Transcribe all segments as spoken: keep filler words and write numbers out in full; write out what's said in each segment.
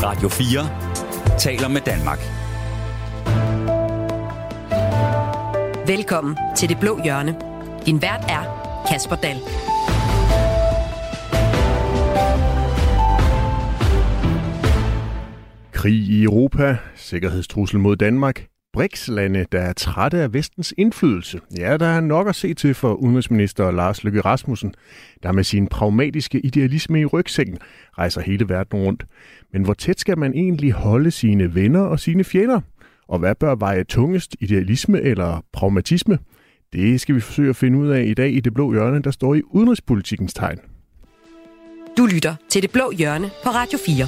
Radio fire taler med Danmark. Velkommen til Det Blå Hjørne. Din vært er Kasper Dahl. Krig i Europa, sikkerhedstrussel mod Danmark, B R I C S-lande, der er trætte af vestens indflydelse. Ja, der er nok at se til for udenrigsminister Lars Løkke Rasmussen, der med sin pragmatiske idealisme i rygsækken rejser hele verden rundt. Men hvor tæt skal man egentlig holde sine venner og sine fjender? Og hvad bør veje tungest, idealisme eller pragmatisme? Det skal vi forsøge at finde ud af i dag i Det Blå Hjørne, der står i udenrigspolitikkens tegn. Du lytter til Det Blå Hjørne på Radio fire.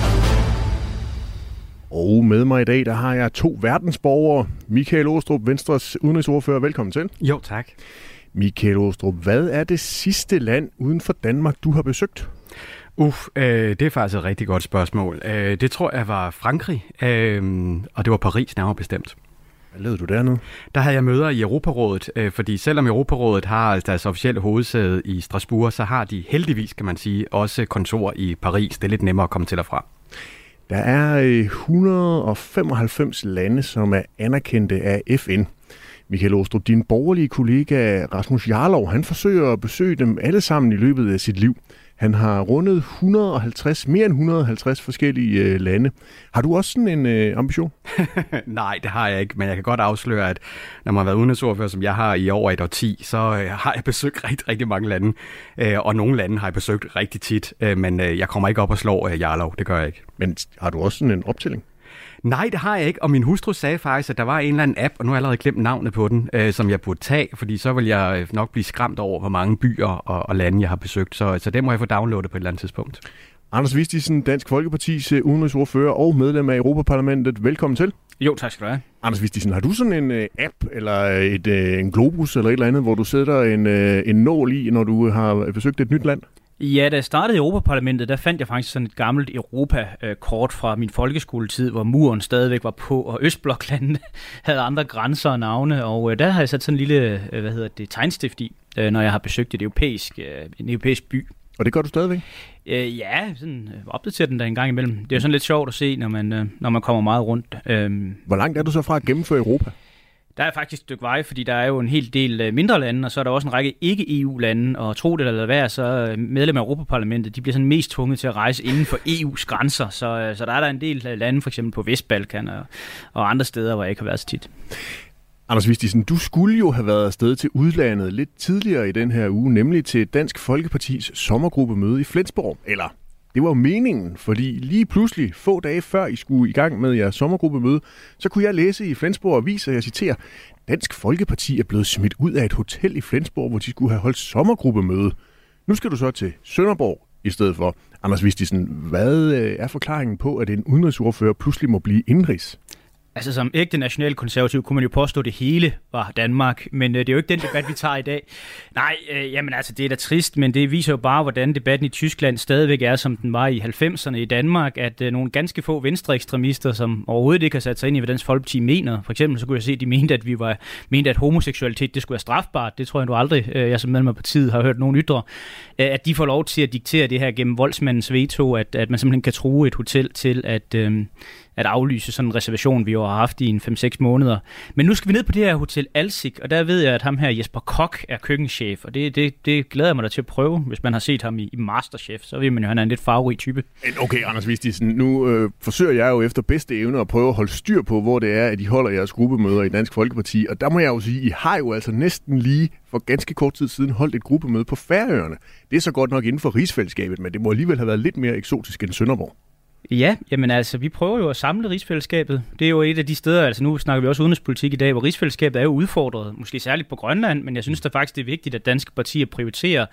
Og med mig i dag, der har jeg to verdensborgere. Michael Aastrup, Venstres udenrigsordfører. Velkommen til. Jo, tak. Michael Aastrup, hvad er det sidste land uden for Danmark, du har besøgt? Uff, øh, det er faktisk et rigtig godt spørgsmål. Øh, det tror jeg var Frankrig, øh, og det var Paris nærmere bestemt. Hvad lavede du dernede? Der havde jeg møder i Europarådet, øh, fordi selvom Europarådet har deres officielle hovedsæde i Strasbourg, så har de heldigvis, kan man sige, også kontor i Paris. Det er lidt nemmere at komme til og fra. Der er et hundrede og femoghalvfems lande, som er anerkendte af F N. Michael Aastrup, din borgerlige kollega Rasmus Jarlov, han forsøger at besøge dem alle sammen i løbet af sit liv. Han har rundet et hundrede og halvtreds, mere end et hundrede og halvtreds forskellige øh, lande. Har du også sådan en øh, ambition? Nej, det har jeg ikke, men jeg kan godt afsløre, at når man har været udenrigsordfører, som jeg har i over et årti, så øh, har jeg besøgt rigtig, rigtig mange lande. Øh, og nogle lande har jeg besøgt rigtig tit, øh, men øh, jeg kommer ikke op og slår øh, Jarlov, det gør jeg ikke. Men har du også sådan en optælling? Nej, det har jeg ikke, og min hustru sagde faktisk, at der var en eller anden app, og nu har jeg allerede glemt navnet på den, øh, som jeg burde tage, fordi så vil jeg nok blive skræmt over, hvor mange byer og, og lande jeg har besøgt, så, så det må jeg få downloadet på et eller andet tidspunkt. Anders Vistisen, Dansk Folkepartis udenrigsordfører og medlem af Europaparlamentet. Velkommen til. Jo, tak skal du have. Anders Vistisen, har du sådan en uh, app eller et, uh, en globus eller et eller andet, hvor du sætter en, uh, en nål i, når du har besøgt et nyt land? Ja, da jeg startede i Europaparlamentet, der fandt jeg faktisk sådan et gammelt Europa-kort fra min folkeskoletid, hvor muren stadigvæk var på, og Østbloklandene havde andre grænser og navne, og der har jeg sat sådan en lille, hvad hedder det, tegnstift i, når jeg har besøgt et europæisk, en europæisk by. Og det gør du stadigvæk? Øh, ja, sådan opdaterer den der en gang imellem. Det er jo sådan lidt sjovt at se, når man, når man kommer meget rundt. Hvor langt er du så fra at gennemføre Europa? Der er faktisk et stykke vej, fordi der er jo en hel del mindre lande, og så er der også en række ikke-E U lande, og tro det eller være, så medlem af Europaparlamentet, de bliver sådan mest tvunget til at rejse inden for E U's grænser, så, så der er der en del lande, for eksempel på Vestbalkan og, og andre steder, hvor jeg ikke har været så tit. Anders Vistisen, du skulle jo have været afsted til udlandet lidt tidligere i den her uge, nemlig til Dansk Folkepartis sommergruppemøde i Flensborg, eller... Det var jo meningen, fordi lige pludselig, få dage før I skulle i gang med jeres sommergruppemøde, så kunne jeg læse i Flensborg Avis, og jeg citerer, Dansk Folkeparti er blevet smidt ud af et hotel i Flensborg, hvor de skulle have holdt sommergruppemøde. Nu skal du så til Sønderborg i stedet for. Anders Vistisen, hvad er forklaringen på, at en udenrigsordfører pludselig må blive indenrigs? Altså som ægte nationalkonservativ kunne man jo påstå, at det hele var Danmark, men øh, det er jo ikke den debat, vi tager i dag. Nej, øh, jamen altså det er da trist, men det viser jo bare, hvordan debatten i Tyskland stadigvæk er, som den var i halvfemserne i Danmark, at øh, nogle ganske få venstreekstremister, som overhovedet ikke har sat sig ind i, hvad Dansk Folkeparti mener. For eksempel så kunne jeg se, at de mente, at vi var mente, at homoseksualitet det skulle være strafbart. Det tror jeg nu aldrig, øh, jeg som medlem af partiet har hørt nogen ytre. Øh, at de får lov til at diktere det her gennem voldsmandens veto, at, at man simpelthen kan true et hotel til at... Øh, at aflyse sådan en reservation, vi jo har haft i en fem seks måneder. Men nu skal vi ned på det her Hotel Alsik, og der ved jeg, at ham her Jesper Koch er køkkenchef, og det, det, det glæder jeg mig da til at prøve. Hvis man har set ham i, i Masterchef, så ved man jo, at han er en lidt farverig type. Okay, Anders Vistisen, nu øh, forsøger jeg jo efter bedste evne at prøve at holde styr på, hvor det er, at I holder jeres gruppemøder i Dansk Folkeparti, og der må jeg jo sige, I har jo altså næsten lige for ganske kort tid siden holdt et gruppemøde på Færøerne. Det er så godt nok inden for rigsfællesskabet, men det må alligevel have været lidt mere eksotisk end Sønderborg. Ja, jamen altså, vi prøver jo at samle rigsfællesskabet. Det er jo et af de steder, altså nu snakker vi også udenrigspolitik i dag, hvor rigsfællesskabet er jo udfordret, måske særligt på Grønland, men jeg synes da faktisk, det er vigtigt, at danske partier prioriterer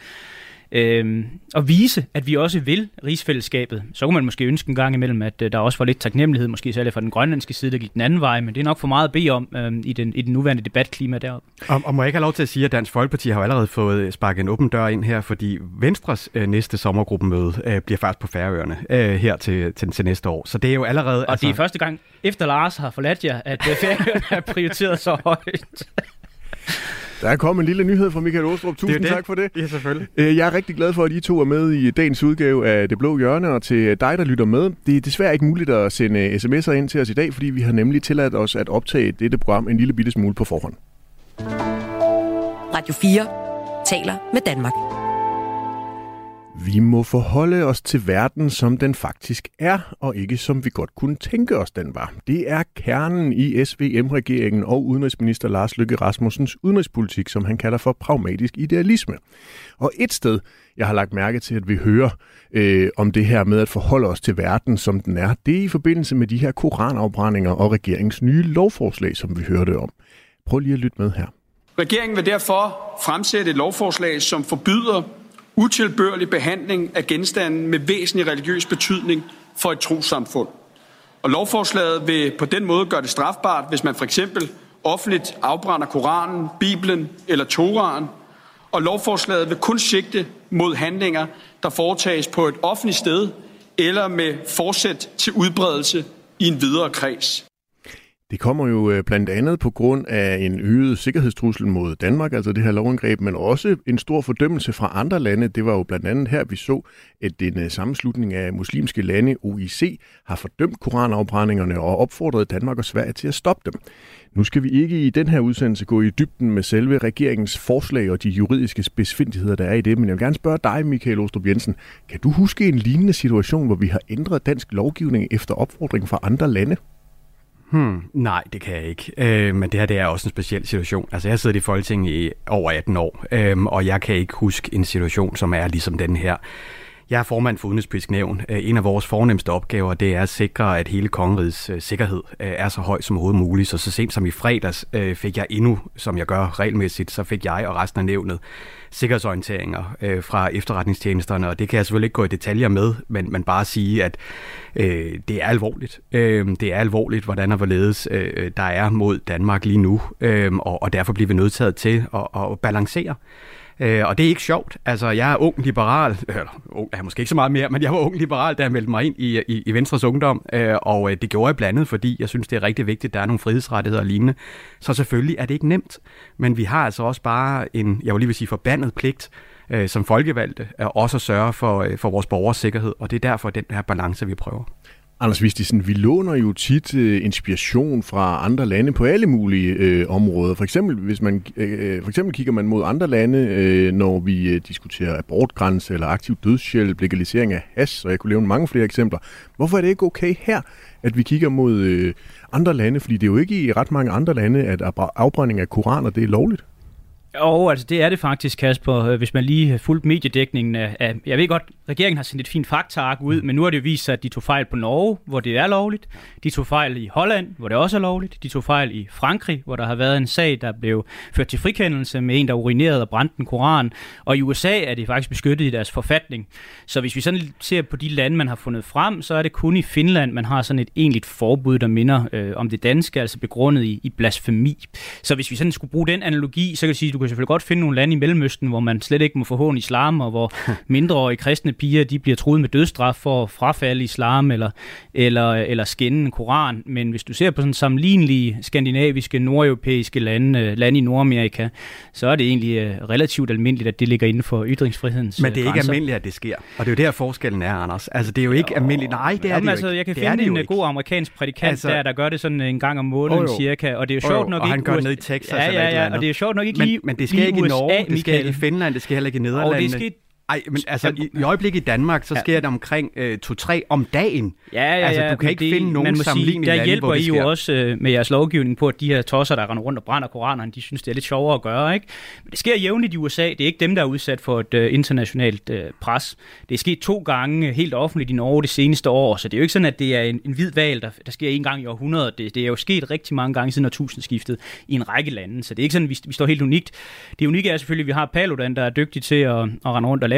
øh, og vise, at vi også vil rigsfællesskabet. Så kunne man måske ønske en gang imellem, at øh, der også var lidt taknemmelighed, måske særligt fra den grønlandske side, der gik den anden vej, men det er nok for meget at bede om øh, i, den, i den nuværende debatklima deroppe. Og, og må jeg ikke have lov til at sige, at Dansk Folkeparti har jo allerede fået sparket en åben dør ind her, fordi Venstres øh, næste sommergruppemøde øh, bliver faktisk på Færøerne øh, her til, til, til næste år. Så det er jo allerede... Og altså... det er første gang, efter Lars har forladt jer, at øh, Færøerne er prioriteret så højt. Der er kommet en lille nyhed fra Michael Aastrup. Tusind tak for det. Ja, selvfølgelig. Jeg er rigtig glad for, at I to er med i dagens udgave af Det Blå Hjørne, og til dig, der lytter med. Det er desværre ikke muligt at sende sms'er ind til os i dag, fordi vi har nemlig tilladt os at optage dette program en lille bitte smule på forhånd. Radio fire taler med Danmark. Vi må forholde os til verden, som den faktisk er, og ikke som vi godt kunne tænke os, den var. Det er kernen i S V M-regeringen og udenrigsminister Lars Løkke Rasmussens udenrigspolitik, som han kalder for pragmatisk idealisme. Og et sted, jeg har lagt mærke til, at vi hører øh, om det her med at forholde os til verden, som den er, det er i forbindelse med de her koranafbrændinger og regeringens nye lovforslag, som vi hørte om. Prøv lige at lytte med her. Regeringen vil derfor fremsætte et lovforslag, som forbyder utilbørlig behandling af genstande med væsentlig religiøs betydning for et trossamfund. Og lovforslaget vil på den måde gøre det strafbart, hvis man for eksempel offentligt afbrænder Koranen, Bibelen eller Toraen. Og lovforslaget vil kun sigte mod handlinger, der foretages på et offentligt sted eller med forsæt til udbredelse i en videre kreds. Det kommer jo blandt andet på grund af en øget sikkerhedstrussel mod Danmark, altså det her lovindgreb, men også en stor fordømmelse fra andre lande. Det var jo blandt andet her, vi så, at en sammenslutning af muslimske lande, O I C, har fordømt koranafbrændingerne og opfordret Danmark og Sverige til at stoppe dem. Nu skal vi ikke i den her udsendelse gå i dybden med selve regeringens forslag og de juridiske spidsfindigheder, der er i det, men jeg vil gerne spørge dig, Michael Aastrup Jensen. Kan du huske en lignende situation, hvor vi har ændret dansk lovgivning efter opfordring fra andre lande? Hmm, nej, det kan jeg ikke. Øh, men det her det er også en speciel situation. Altså, jeg har siddet i Folketinget i over atten år, øh, og jeg kan ikke huske en situation, som er ligesom den her. Jeg er formand for Udenrigspolitisk Nævn. En af vores fornemste opgaver, det er at sikre, at hele kongerigets øh, sikkerhed øh, er så høj som overhovedet muligt. Så så sent som i fredags øh, fik jeg endnu, som jeg gør regelmæssigt, så fik jeg og resten af nævnet sikkerhedsorienteringer øh, fra efterretningstjenesterne, og det kan jeg selvfølgelig ikke gå i detaljer med, men, men bare sige, at øh, det er alvorligt. Øh, det er alvorligt, hvordan og hvorledes øh, der er mod Danmark lige nu, øh, og, og derfor bliver vi nødtaget til at, at balancere. Øh, og det er ikke sjovt. Altså, jeg er ung liberal, eller ung, jeg er måske ikke så meget mere, men jeg var ung liberal, da jeg meldte mig ind i, i, i Venstres Ungdom, øh, og det gjorde jeg blandt andet, fordi jeg synes, det er rigtig vigtigt, at der er nogle frihedsrettigheder og lignende. Så selvfølgelig er det ikke nemt, men vi har altså også bare en, jeg vil lige vil sige, forbandet pligt, øh, som folkevalgte, at også at sørge for, øh, for vores borgers sikkerhed, og det er derfor den her balance, vi prøver. Anders Vistisen, vi låner jo tit øh, inspiration fra andre lande på alle mulige øh, områder. For eksempel, hvis man, øh, for eksempel kigger man mod andre lande, øh, når vi øh, diskuterer abortgrænse eller aktiv dødshjælp, legalisering af hash, og jeg kunne lave mange flere eksempler. Hvorfor er det ikke okay her, at vi kigger mod øh, andre lande? Fordi det er jo ikke i ret mange andre lande, at afbrænding af koraner, det er lovligt. Jo, altså det er det faktisk, Kasper, hvis man lige har fulgt mediedækningen af, af... Jeg ved godt, regeringen har sendt et fint faktaark ud, men nu har det jo vist sig, at de tog fejl på Norge, hvor det er lovligt. De tog fejl i Holland, hvor det også er lovligt. De tog fejl i Frankrig, hvor der har været en sag, der blev ført til frikendelse med en, der urinerede og brændte en koran. Og i U S A er det faktisk beskyttet i deres forfatning. Så hvis vi sådan ser på de lande, man har fundet frem, så er det kun i Finland, man har sådan et egentligt forbud, der minder øh, om det danske, altså begrundet i, i blasfemi. Så hvis vi sådan skulle bruge den analogi, så kan jeg sige, du kan selvfølgelig godt finde nogle lande i Mellemøsten, hvor man slet ikke må forhåne islam, og hvor mindreårige kristne piger, de bliver truet med dødsstraf for at frafalde islam eller, eller, eller skænde en koran. Men hvis du ser på sådan sammenlignelige skandinaviske, nordeuropæiske lande, lande i Nordamerika, så er det egentlig relativt almindeligt, at det ligger inden for ytringsfrihedens Men det er ikke grænser. Almindeligt, at det sker. Og det er jo der forskellen er, Anders. Altså, det er jo ikke jo. almindeligt. Nej, det er Jamen, det jo altså, ikke. Jeg kan det finde en jo god amerikansk prædikant altså, der, der gør det sådan en gang om måneden oh, cirka. Og det er jo sjovt oh, nok og ikke... han gør det ned i Texas ja, eller ja, et ja, eller og det er jo sjovt nok ikke men, lige Men det sker ikke i Norge, det sker ikke i Finland, det sker heller ikke i Nederlandene. Og det sker Ej, men altså, i, i øjeblikket i Danmark, så sker ja. det omkring øh, to-tre om dagen. Ja, ja, ja. Altså, du kan ikke det, finde nogen sammenlignelige lande, der hjælper hvor det I jo også øh, med jeres lovgivning på, at de her tosser, der render rundt og brænder koranerne, de synes, det er lidt sjovere at gøre, ikke? Men det sker jævnligt i U S A. Det er ikke dem, der er udsat for et øh, internationalt øh, pres. Det er sket to gange helt offentligt i Norge det seneste år, så det er jo ikke sådan, at det er en, en hvid valg, der, der sker en gang i århundredet. Det, det er jo sket rigtig mange gange siden årtusindskiftet i en række lande, så det er ikke sådan, at vi, vi står helt unikt. Det unikke er selvfølgelig, at vi har Paludan, der er dygtig til at, at rende rundt og lave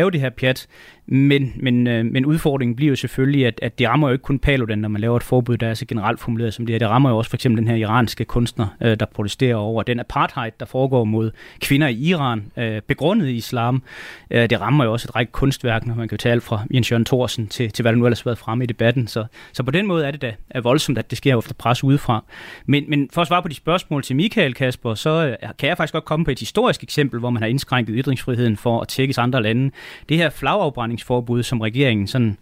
lave det her pjat, men, men, øh, men udfordringen bliver jo selvfølgelig, at, at det rammer jo ikke kun Paludan, når man laver et forbud, der er så generelt formuleret som det her. Det rammer jo også for eksempel den her iranske kunstner, øh, der protesterer over den apartheid, der foregår mod kvinder i Iran, øh, begrundet i islam. Øh, det rammer jo også et række kunstværk, når man kan tale fra Jens Jørgen Thorsen til, til hvad der nu ellers har været fremme i debatten. Så, så på den måde er det da er voldsomt, at det sker efter pres udefra. Men, men for at svare på de spørgsmål til Michael, Kasper, så øh, kan jeg faktisk godt komme på et historisk eksempel, hvor man har indskrænket ytringsfriheden for at tækkes andre lande. Det her flagafbrændingsforbud, som regeringen sådan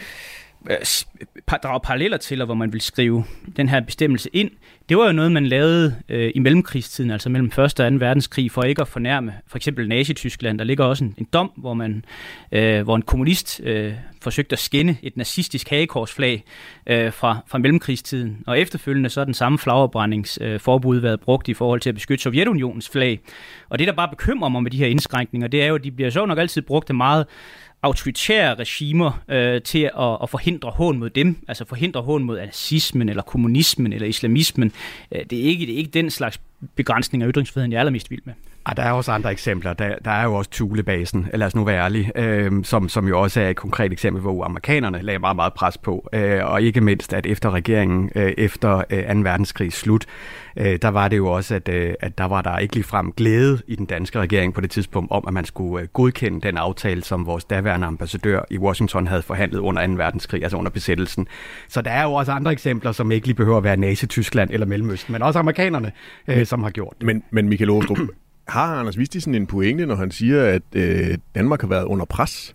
drager paralleller til, og hvor man vil skrive den her bestemmelse ind, det var jo noget, man lavede øh, i mellemkrigstiden, altså mellem første og anden verdenskrig, for ikke at fornærme for eksempel Nazi-Tyskland. Der ligger også en, en dom, hvor, man, øh, hvor en kommunist øh, forsøgte at skænde et nazistisk hagekorsflag øh, fra, fra mellemkrigstiden. Og efterfølgende så er den samme flagafbrændingsforbud øh, været brugt i forhold til at beskytte Sovjetunionens flag. Og det, der bare bekymrer mig med de her indskrænkninger, det er jo, at de bliver så nok altid brugt af meget autoritære regimer øh, til at, at forhindre hån mod dem, altså forhindre hån mod nazismen eller kommunismen eller islamismen. Øh, det, er ikke, det er ikke den slags begrænsning af ytringsfriheden, jeg er allermest vild med. Ah, der er også andre eksempler. Der, der er jo også Thulebasen, lad os nu være ærlige, øh, som, som jo også er et konkret eksempel, hvor amerikanerne lagde meget, meget pres på. Øh, og ikke mindst, at efter regeringen, øh, efter øh, anden verdenskrigs slut, øh, der var det jo også, at, øh, at der var der ikke ligefrem glæde i den danske regering på det tidspunkt om, at man skulle øh, godkende den aftale, som vores daværende ambassadør i Washington havde forhandlet under anden verdenskrig, altså under besættelsen. Så der er jo også andre eksempler, som ikke lige behøver at være Nazi-Tyskland eller Mellemøsten, men også amerikanerne, øh, som har gjort det. Men, men Michael Aastrup, har Anders Vistisen en pointe, når han siger, at øh, Danmark har været under pres?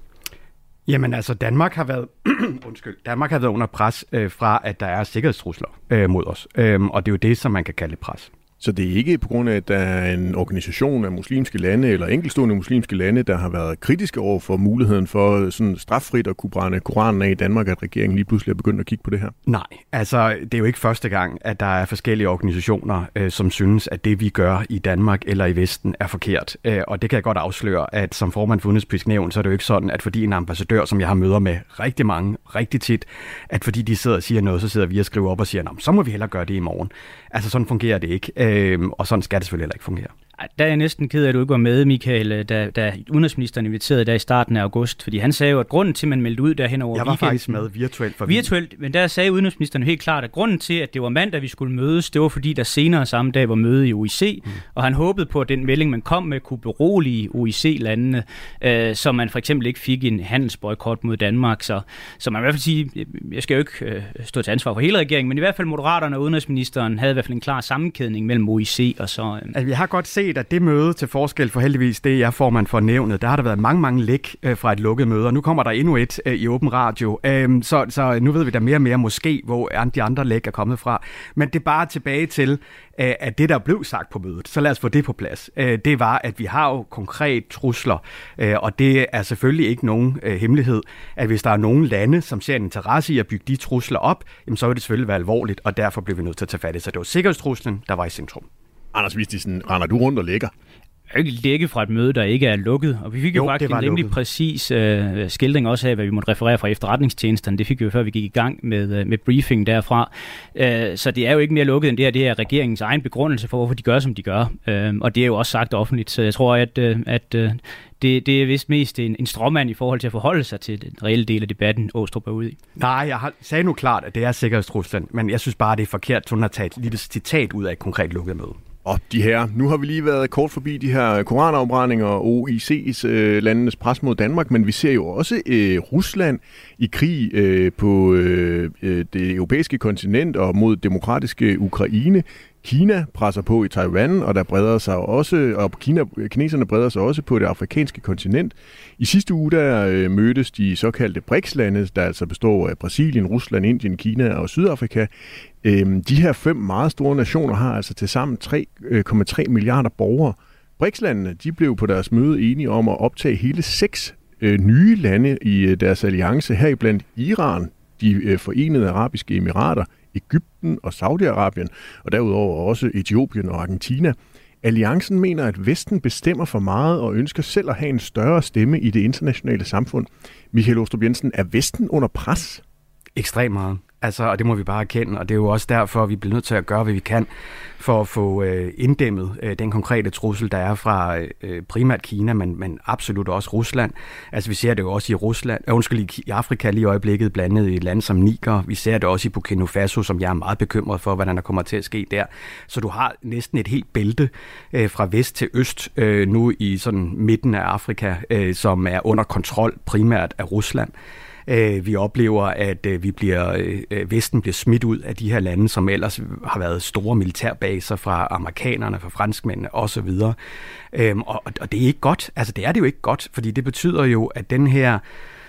Jamen altså, Danmark har været, undskyld, Danmark har været under pres øh, fra, at der er sikkerhedstrusler øh, mod os. Øhm, og det er jo det, som man kan kalde pres. Så det er ikke på grund af, at der er en organisation af muslimske lande eller enkeltstående muslimske lande, der har været kritiske over for muligheden for sådan straffrit at kunne brænde Koranen af i Danmark, at regeringen lige pludselig er begyndt at kigge på det her? Nej, altså det er jo ikke første gang, at der er forskellige organisationer, øh, som synes, at det vi gør i Danmark eller i Vesten er forkert. Øh, og det kan jeg godt afsløre, at som formand for Udenrigspolitisk Nævn, så er det jo ikke sådan, at fordi en ambassadør, som jeg har møder med rigtig mange, rigtig tit, at fordi de sidder og siger noget, så sidder vi og skriver op og siger, så må vi hellere gøre det i morgen. Altså sådan fungerer det ikke. Øhm, og sådan skal det selvfølgelig heller ikke fungere. Der er jeg næsten ked af, at du ikke var med, Michael, da, da udenrigsministeren inviterede der i starten af august. Fordi han sagde jo, at grunden til, at man meldte ud derhen over weekenden... Jeg var weekenden, faktisk med virtuelt. For virtuelt, men der sagde udenrigsministeren helt klart, at grunden til, at det var mandag, vi skulle mødes, det var fordi, der senere samme dag var møde i O I C, mm. og han håbede på, at den melding, man kom med, kunne berolige O I C-landene, øh, så man for eksempel ikke fik en handelsboykot mod Danmark. Så, så man i hvert fald sige, jeg skal jo ikke øh, stå til ansvar for hele regeringen, men i hvert fald Moderaterne og udenrigsministeren havde i hvert fald en klar sammenkædning mellem O I C og så... Øh, altså, vi har godt set, at det møde til forskel for heldigvis det, jeg formand for nævnet, der har der været mange, mange læk øh, fra et lukket møde, og nu kommer der endnu et øh, i åben radio. Øh, så, så nu ved vi der mere og mere måske, hvor de andre læk er kommet fra. Men det er bare tilbage til, øh, at det, der blev sagt på mødet, så lad os få det på plads. Øh, det var, at vi har jo konkret trusler, øh, og det er selvfølgelig ikke nogen øh, hemmelighed, at hvis der er nogen lande, som ser en interesse i at bygge de trusler op, jamen, så vil det selvfølgelig være alvorligt, og derfor bliver vi nødt til at tage fat i. Så det var sikkerhedstruslen, der var i centrum. Anders Vistisen, render du rundt og lægger? Jeg kan ikke lægge fra et møde, der ikke er lukket. Og vi fik jo, jo faktisk en rimelig lukket. præcis øh, skildring også af, hvad vi måtte referere fra efterretningstjenesterne. Det fik vi jo før, vi gik i gang med, øh, med briefing derfra. Øh, så det er jo ikke mere lukket end det her. Det er regeringens egen begrundelse for, hvorfor de gør, som de gør. Øh, og det er jo også sagt offentligt. Så jeg tror, at, øh, at øh, det, det er vist mest en, en stråmand i forhold til at forholde sig til den reelle del af debatten, Aastrup er ude i. Nej, jeg har, sagde nu klart, at det er sikkerhedstruslen. Men jeg synes bare, det er forkert, at hun har taget et lille citat ud af et konkret lukket møde. Og de her, nu har vi lige været kort forbi de her koranafbrændinger og O I C's øh, landenes pres mod Danmark, men vi ser jo også øh, Rusland i krig øh, på øh, det europæiske kontinent og mod demokratiske Ukraine. Kina presser på i Taiwan, og der breder sig også, og Kina, kineserne breder sig også på det afrikanske kontinent. I sidste uge der øh, mødtes de såkaldte B R I C S-lande, der altså består af Brasilien, Rusland, Indien, Kina og Sydafrika. Øh, de her fem meget store nationer har altså tilsammen tre komma tre milliarder borgere. B R I C S-landene de blev på deres møde enige om at optage hele seks øh, nye lande i øh, deres alliance, heriblandt Iran, de øh, forenede arabiske emirater, Egypten og Saudi-Arabien, og derudover også Etiopien og Argentina. Alliancen mener, at Vesten bestemmer for meget og ønsker selv at have en større stemme i det internationale samfund. Michael Aastrup Jensen, er Vesten under pres? Ekstremt meget. altså, og det må vi bare erkende, og det er jo også derfor, at vi bliver nødt til at gøre, hvad vi kan for at få øh, inddæmmet øh, den konkrete trussel, der er fra øh, primært Kina, men, men absolut også Rusland. Altså vi ser det jo også i Rusland, øh, undskyld, i, i Afrika lige i øjeblikket, blandet i et land som Niger. Vi ser det også i Burkina Faso, som jeg er meget bekymret for, hvordan der kommer til at ske der. Så du har næsten et helt bælte øh, fra vest til øst, øh, nu i sådan midten af Afrika, øh, som er under kontrol primært af Rusland. Vi oplever, at vi bliver, Vesten bliver smidt ud af de her lande, som ellers har været store militærbaser fra amerikanerne, fra franskmændene osv. Og, og det er ikke godt. Altså det er det jo ikke godt, fordi det betyder jo, at den her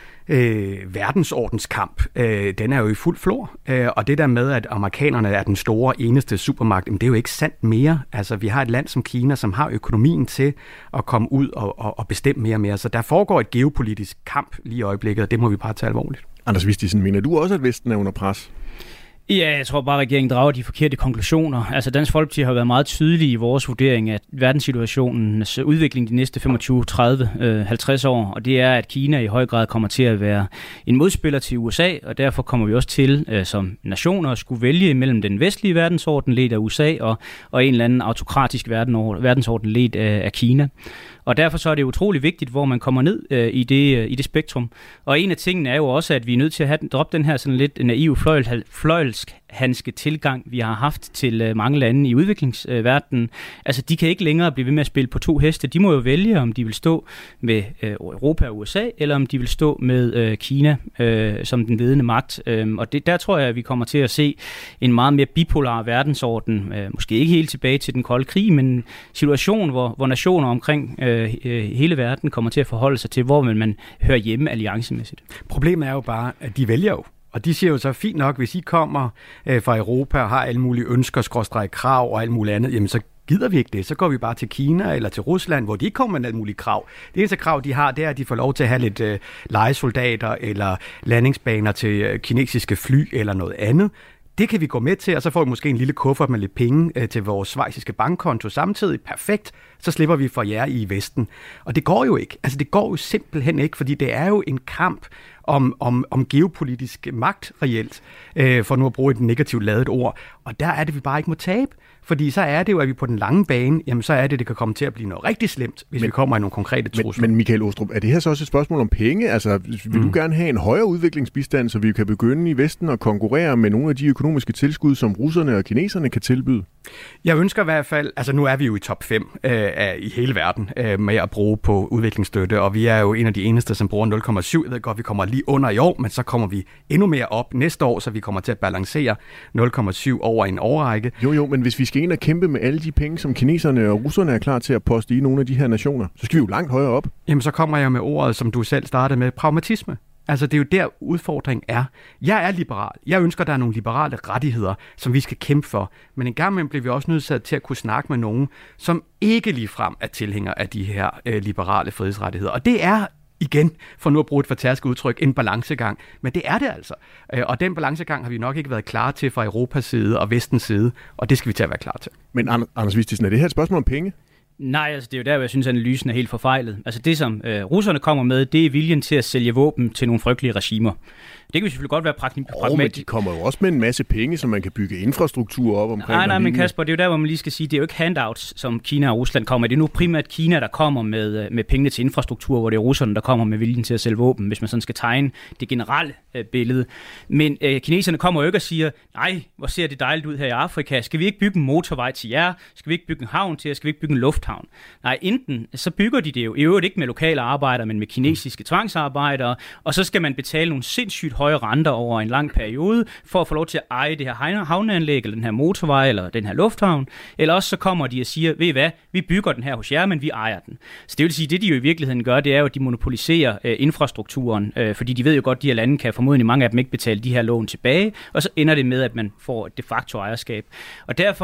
øh, verdensordenskamp, øh, den er jo i fuld flor. Øh, og det der med, at amerikanerne er den store eneste supermagt, jamen, det er jo ikke sandt mere. Altså vi har et land som Kina, som har økonomien til at komme ud og, og, og bestemme mere og mere. Så der foregår et geopolitisk kamp lige i øjeblikket, og det må vi bare tage alvorligt. Anders Vistisen, mener du også, at Vesten er under pres? Ja, jeg tror bare, at regeringen drager de forkerte konklusioner. Altså Dansk Folkeparti har været meget tydelige i vores vurdering af verdenssituationens udvikling de næste femogtyve, tredive, halvtreds år, og det er, at Kina i høj grad kommer til at være en modspiller til U S A, og derfor kommer vi også til som nationer at skulle vælge mellem den vestlige verdensorden ledt af U S A og, og en eller anden autokratisk verdensorden ledt af, af Kina. Og derfor så er det utrolig vigtigt, hvor man kommer ned øh, i, det, øh, i det spektrum. Og en af tingene er jo også, at vi er nødt til at have, droppe den her sådan lidt naive fløjl, fløjlshandske tilgang, vi har haft til øh, mange lande i udviklingsverdenen. Øh, altså, de kan ikke længere blive ved med at spille på to heste. De må jo vælge, om de vil stå med øh, Europa og U S A, eller om de vil stå med øh, Kina øh, som den ledende magt. Øh, og det, der tror jeg, at vi kommer til at se en meget mere bipolar verdensorden. Øh, måske ikke helt tilbage til den kolde krig, men en situation, hvor, hvor nationer omkring øh, hele verden kommer til at forholde sig til, hvor man hører hjemme alliancemæssigt. Problemet er jo bare, at de vælger jo. Og de siger jo så, fint nok, hvis I kommer øh, fra Europa og har alle mulige ønsker, skråstreg krav og alt muligt andet, jamen så gider vi ikke det. Så går vi bare til Kina eller til Rusland, hvor de ikke kommer med alle mulige krav. Det eneste krav, de har, det er, at de får lov til at have lidt øh, lejesoldater eller landingsbaner til øh, kinesiske fly eller noget andet. Det kan vi gå med til, og så får vi måske en lille kuffert med lidt penge øh, til vores schweiziske bankkonto samtidig. Perfekt. Så slipper vi for jer i Vesten. Og det går jo ikke. Altså det går jo simpelthen ikke, fordi det er jo en kamp om, om, om geopolitisk magt reelt, øh, for nu at bruge et negativt ladet ord. Og der er det, vi bare ikke må tabe. Fordi så er det jo, at vi på den lange bane, jamen så er det, det kan komme til at blive noget rigtig slemt, hvis men, vi kommer i nogle konkrete trusler. Men, men Michael Aastrup, er det her så også et spørgsmål om penge? Altså, vil mm. du gerne have en højere udviklingsbistand, så vi kan begynde i Vesten at konkurrere med nogle af de økonomiske tilskud, som russerne og kineserne kan tilbyde? Jeg ønsker i hvert fald, altså nu er vi jo i top fem øh, i hele verden øh, med at bruge på udviklingsstøtte, og vi er jo en af de eneste, som bruger nul komma syv. Jeg ved godt, vi kommer lige under i år, men så kommer vi endnu mere op næste år, så vi kommer til at balancere nul komma syv over en årrække. Jo, jo, men hvis vi skal ind og kæmpe med alle de penge, som kineserne og russerne er klar til at poste i nogle af de her nationer, så skal vi jo langt højere op. Jamen, så kommer jeg med ordet, som du selv startede med, pragmatisme. Altså, det er jo der udfordringen er. Jeg er liberal. Jeg ønsker, der er nogle liberale rettigheder, som vi skal kæmpe for. Men en gang imellem bliver vi også nødt til at kunne snakke med nogen, som ikke ligefrem er tilhængere af de her øh, liberale frihedsrettigheder. Og det er igen, for nu at bruge et fortærsket udtryk, en balancegang. Men det er det altså. Og den balancegang har vi nok ikke været klar til fra Europas side og Vestens side, og det skal vi til at være klar til. Men Anders Vistisen, er det her et spørgsmål om penge? Nej, altså det er jo der, hvor jeg synes, at analysen er helt forfejlet. Altså det, som øh, russerne kommer med, det er viljen til at sælge våben til nogle frygtelige regimer. Det kan vi selvfølgelig godt være pragmatisk. Oh, men de kommer jo også med en masse penge, som man kan bygge infrastruktur op omkring. Nej, nej, men Kasper, det er jo der, hvor man lige skal sige, det er jo ikke handouts, som Kina og Rusland kommer med. Det er nu primært Kina, der kommer med, med pengene til infrastruktur, hvor det er russerne, der kommer med viljen til at sælge våben, hvis man sådan skal tegne det generelle øh, billede. Men øh, kineserne kommer jo ikke og siger, nej, hvor ser det dejligt ud her i Afrika. Skal vi ikke bygge en motorvej til jer? Skal vi ikke bygge en havn til jer? Skal vi ikke bygge en lufthavn? Nej, enten så bygger de det jo, i øvrigt ikke med lokale arbejdere, men med kinesiske tvangsarbejdere, og så skal man betale nogle sindssygt høje renter over en lang periode, for at få lov til at eje det her havneanlæg, eller den her motorvej, eller den her lufthavn, eller også så kommer de og siger, ved I hvad, vi bygger den her hos jer, men vi ejer den. Så det vil sige, det de jo i virkeligheden gør, det er jo, at de monopoliserer øh, infrastrukturen, øh, fordi de ved jo godt, at de her lande kan formodentlig mange af dem ikke betale de her lån tilbage, og så ender det med, at man får et de facto ejerskab. Og derfor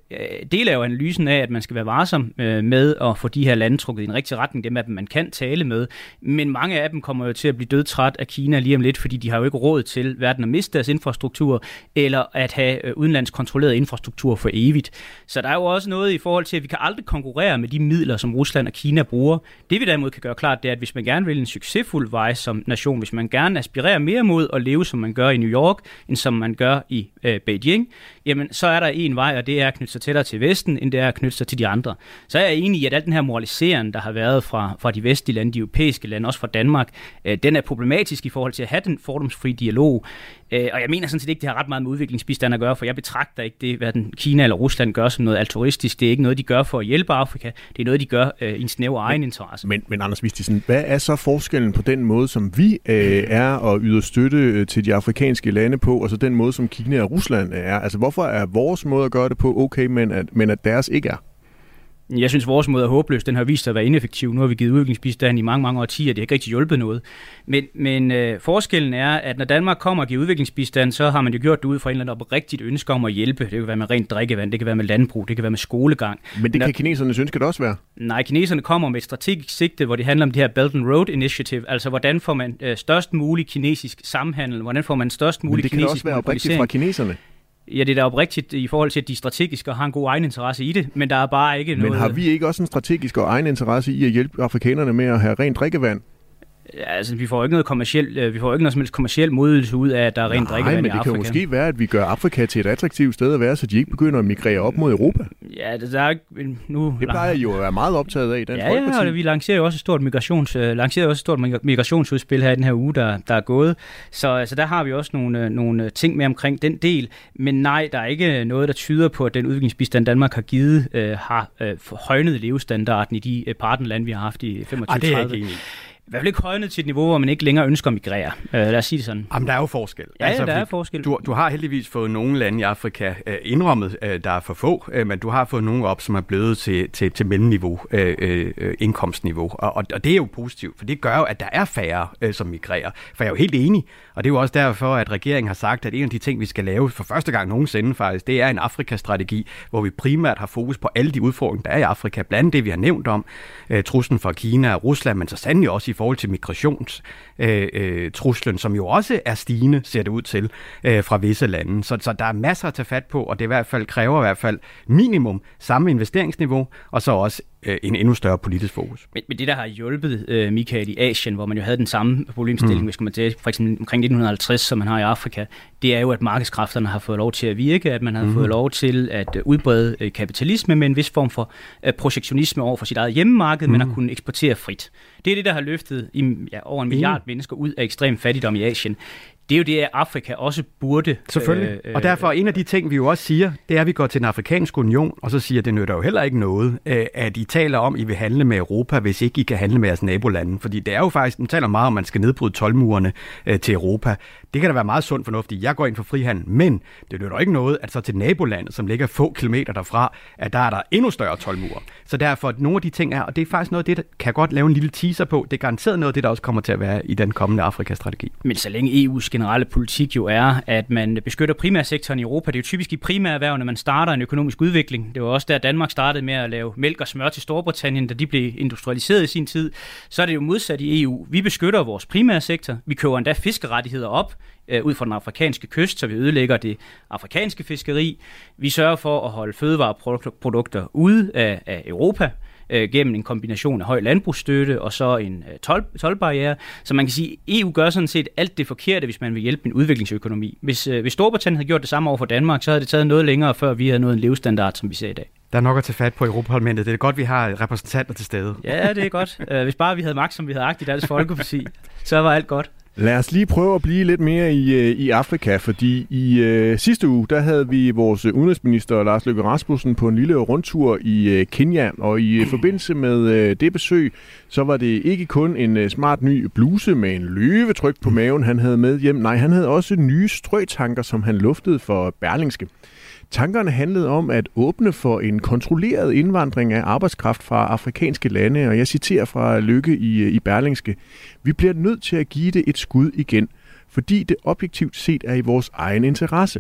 del af jo analysen af, at man skal være varsom med at få de her lande trukket i en rigtig retning, dem af dem, man kan tale med. Men mange af dem kommer jo til at blive dødtræt af Kina lige om lidt, fordi de har jo ikke råd til hverken at miste deres infrastruktur, eller at have udenlandskontrolleret infrastruktur for evigt. Så der er jo også noget i forhold til, at vi kan aldrig konkurrere med de midler, som Rusland og Kina bruger. Det vi derimod kan gøre klart, det er, at hvis man gerne vil en succesfuld vej som nation, hvis man gerne aspirerer mere mod at leve, som man gør i New York, end som man gør i øh, Beijing, jamen så er der en vej, og det er at knytte sig tættere til Vesten, end det er at knytte sig til de andre. Så er jeg enig i, at al den her moralisering, der har været fra, fra de vestlige lande, de europæiske lande, også fra Danmark, øh, den er problematisk i forhold til at have den fordomsfri dialog. Øh, og jeg mener sådan set ikke, det har ret meget med udviklingsbistand at gøre, for jeg betragter ikke det, hvad den Kina eller Rusland gør som noget altruistisk. Det er ikke noget, de gør for at hjælpe Afrika. Det er noget, de gør øh, i en snæver egen interesse. Men, men Anders Vistisen, hvad er så forskellen på den måde, som vi øh, er og yder støtte øh, til de afrikanske lande på, og så den måde, som Kina og Rusland er? Altså, hvorfor er vores måde at gøre det på okay, men at, men at deres ikke er? Jeg synes, vores måde er håbløs. Den har vist sig at være ineffektiv. Nu har vi givet udviklingsbistand i mange, mange årtier. Det har ikke rigtig hjulpet noget. Men, men øh, forskellen er, at når Danmark kommer og giver udviklingsbistand, så har man jo gjort det ud fra en eller anden oprigtigt ønske om at hjælpe. Det kan være med rent drikkevand, det kan være med landbrug, det kan være med skolegang. Men det når, kan kinesernes ønske det også være? Nej, kineserne kommer med et strategisk sigte, hvor det handler om det her Belt and Road Initiative. Altså, hvordan får man øh, størst mulig kinesisk samhandel? Hvordan får man størst mulig kinesisk monopolisering? Men det kan også være oprigtigt fra kineserne. Ja, det er da oprigtigt i forhold til, at de strategisk har en god egen interesse i det, men der er bare ikke noget... Men har vi ikke også en strategisk og egen interesse i at hjælpe afrikanerne med at have rent drikkevand? Ja, altså, vi får ikke noget kommercielt, vi får ikke noget som helst kommerciel modydelse ud af, at der er rent drikkevand i Afrika. Nej, men det kan jo måske være, at vi gør Afrika til et attraktivt sted at være, så de ikke begynder at migrere op mod Europa. Ja, det der er ikke nu. Det plejer jo at være meget optaget af i Dansk ja, Folkeparti. Ja, og vi lancerer jo også et stort migrations, lancerer også et stort migrationsudspil her i den her uge, der, der er gået. Så altså, der har vi også nogle, nogle ting med omkring den del. Men nej, der er ikke noget, der tyder på, at den udviklingsbistand, Danmark har givet, øh, har øh, højnet levestandarden i de øh, partnerlande, vi har haft i femogtyve tredive. Ej, det er jeg ikke enig i. I hvert fald ikke højnet til et niveau, hvor man ikke længere ønsker at migrere. Uh, lad os sige det sådan. Jamen, der er jo forskel. Ja, altså, der er forskel. Du, du har heldigvis fået nogle lande i Afrika uh, indrømmet, uh, der er for få, uh, men du har fået nogle op, som er blevet til, til, til mellemniveau, uh, uh, indkomstniveau. Og, og, og det er jo positivt, for det gør jo, at der er færre, uh, som migrerer. For jeg er jo helt enig, og det er jo også derfor, at regeringen har sagt, at en af de ting, vi skal lave for første gang nogensinde faktisk, det er en Afrika-strategi, hvor vi primært har fokus på alle de udfordringer, der er i Afrika. Blandt andet det, vi har nævnt om, uh, truslen fra Kina og Rusland, men så sandelig også i forhold til migration. Øh, øh, truslen, som jo også er stigende, ser det ud til, øh, fra visse lande. Så, så der er masser at tage fat på, og det i hvert fald kræver i hvert fald minimum samme investeringsniveau, og så også øh, en endnu større politisk fokus. Men, men det, der har hjulpet øh, Michael i Asien, hvor man jo havde den samme problemstilling, mm. hvis man til, for eksempel omkring nitten halvtreds, som man har i Afrika, det er jo, at markedskræfterne har fået lov til at virke, at man har mm. fået lov til at øh, udbrede øh, kapitalisme med en vis form for øh, projektionisme over for sit eget hjemmemarked, mm. men at kunne eksportere frit. Det er det, der har løftet i, ja, over en milliard mm. mennesker ud af ekstrem fattigdom i Asien. Det er jo det, at Afrika også burde... Selvfølgelig. Øh, og derfor en af de ting, vi jo også siger, det er, at vi går til den afrikanske union, og så siger, at det nytter jo heller ikke noget, øh, at I taler om, at I vil handle med Europa, hvis ikke I kan handle med jeres nabolande. Fordi det er jo faktisk, man taler meget om, at man skal nedbryde toldmurene øh, til Europa. Det kan da være meget sundt fornuftigt. Jeg går ind for frihandel, men det nytter ikke noget, at så til nabolandet, som ligger få kilometer derfra, at der er der endnu større toldmure. Så derfor, at nogle af de ting er, og det er faktisk noget af det, der kan godt lave en lille teaser på, det er garanteret noget af det, der også kommer til at være i den kommende Afrika-strategi. Men så længe E U's generelle politik jo er, at man beskytter primærsektoren i Europa. Det er jo typisk i primærerhvervene, man starter en økonomisk udvikling. Det var også der, Danmark startede med at lave mælk og smør til Storbritannien, da de blev industrialiseret i sin tid. Så er det jo modsat i E U. Vi beskytter vores primærsektor. Vi køber endda fiskerettigheder op øh, ud fra den afrikanske kyst, så vi ødelægger det afrikanske fiskeri. Vi sørger for at holde fødevareprodukter ude af, af Europa gennem en kombination af høj landbrugsstøtte og så en tolv, toldbarriere. Så man kan sige, at E U gør sådan set alt det forkerte, hvis man vil hjælpe en udviklingsøkonomi. Hvis, hvis Storbritannien havde gjort det samme over for Danmark, så havde det taget noget længere, før vi havde nået en levestandard, som vi ser i dag. Der er nok at tage fat på i Europaparlamentet. Det er godt, vi har repræsentanter til stede. Ja, det er godt. Hvis bare vi havde magt, som vi havde agt i Dansk Folkeparti, så var alt godt. Lad os lige prøve at blive lidt mere i, i Afrika, fordi i øh, sidste uge, der havde vi vores udenrigsminister Lars Løkke Rasmussen på en lille rundtur i øh, Kenya, og i øh, forbindelse med øh, det besøg, så var det ikke kun en øh, smart ny bluse med en løvetryk på maven, han havde med hjem. Nej, han havde også nye strøtanker, som han luftede for Berlingske. Tankerne handlede om at åbne for en kontrolleret indvandring af arbejdskraft fra afrikanske lande, og jeg citerer fra Løkke i, i Berlingske. Vi bliver nødt til at give det et skud igen, fordi det objektivt set er i vores egen interesse.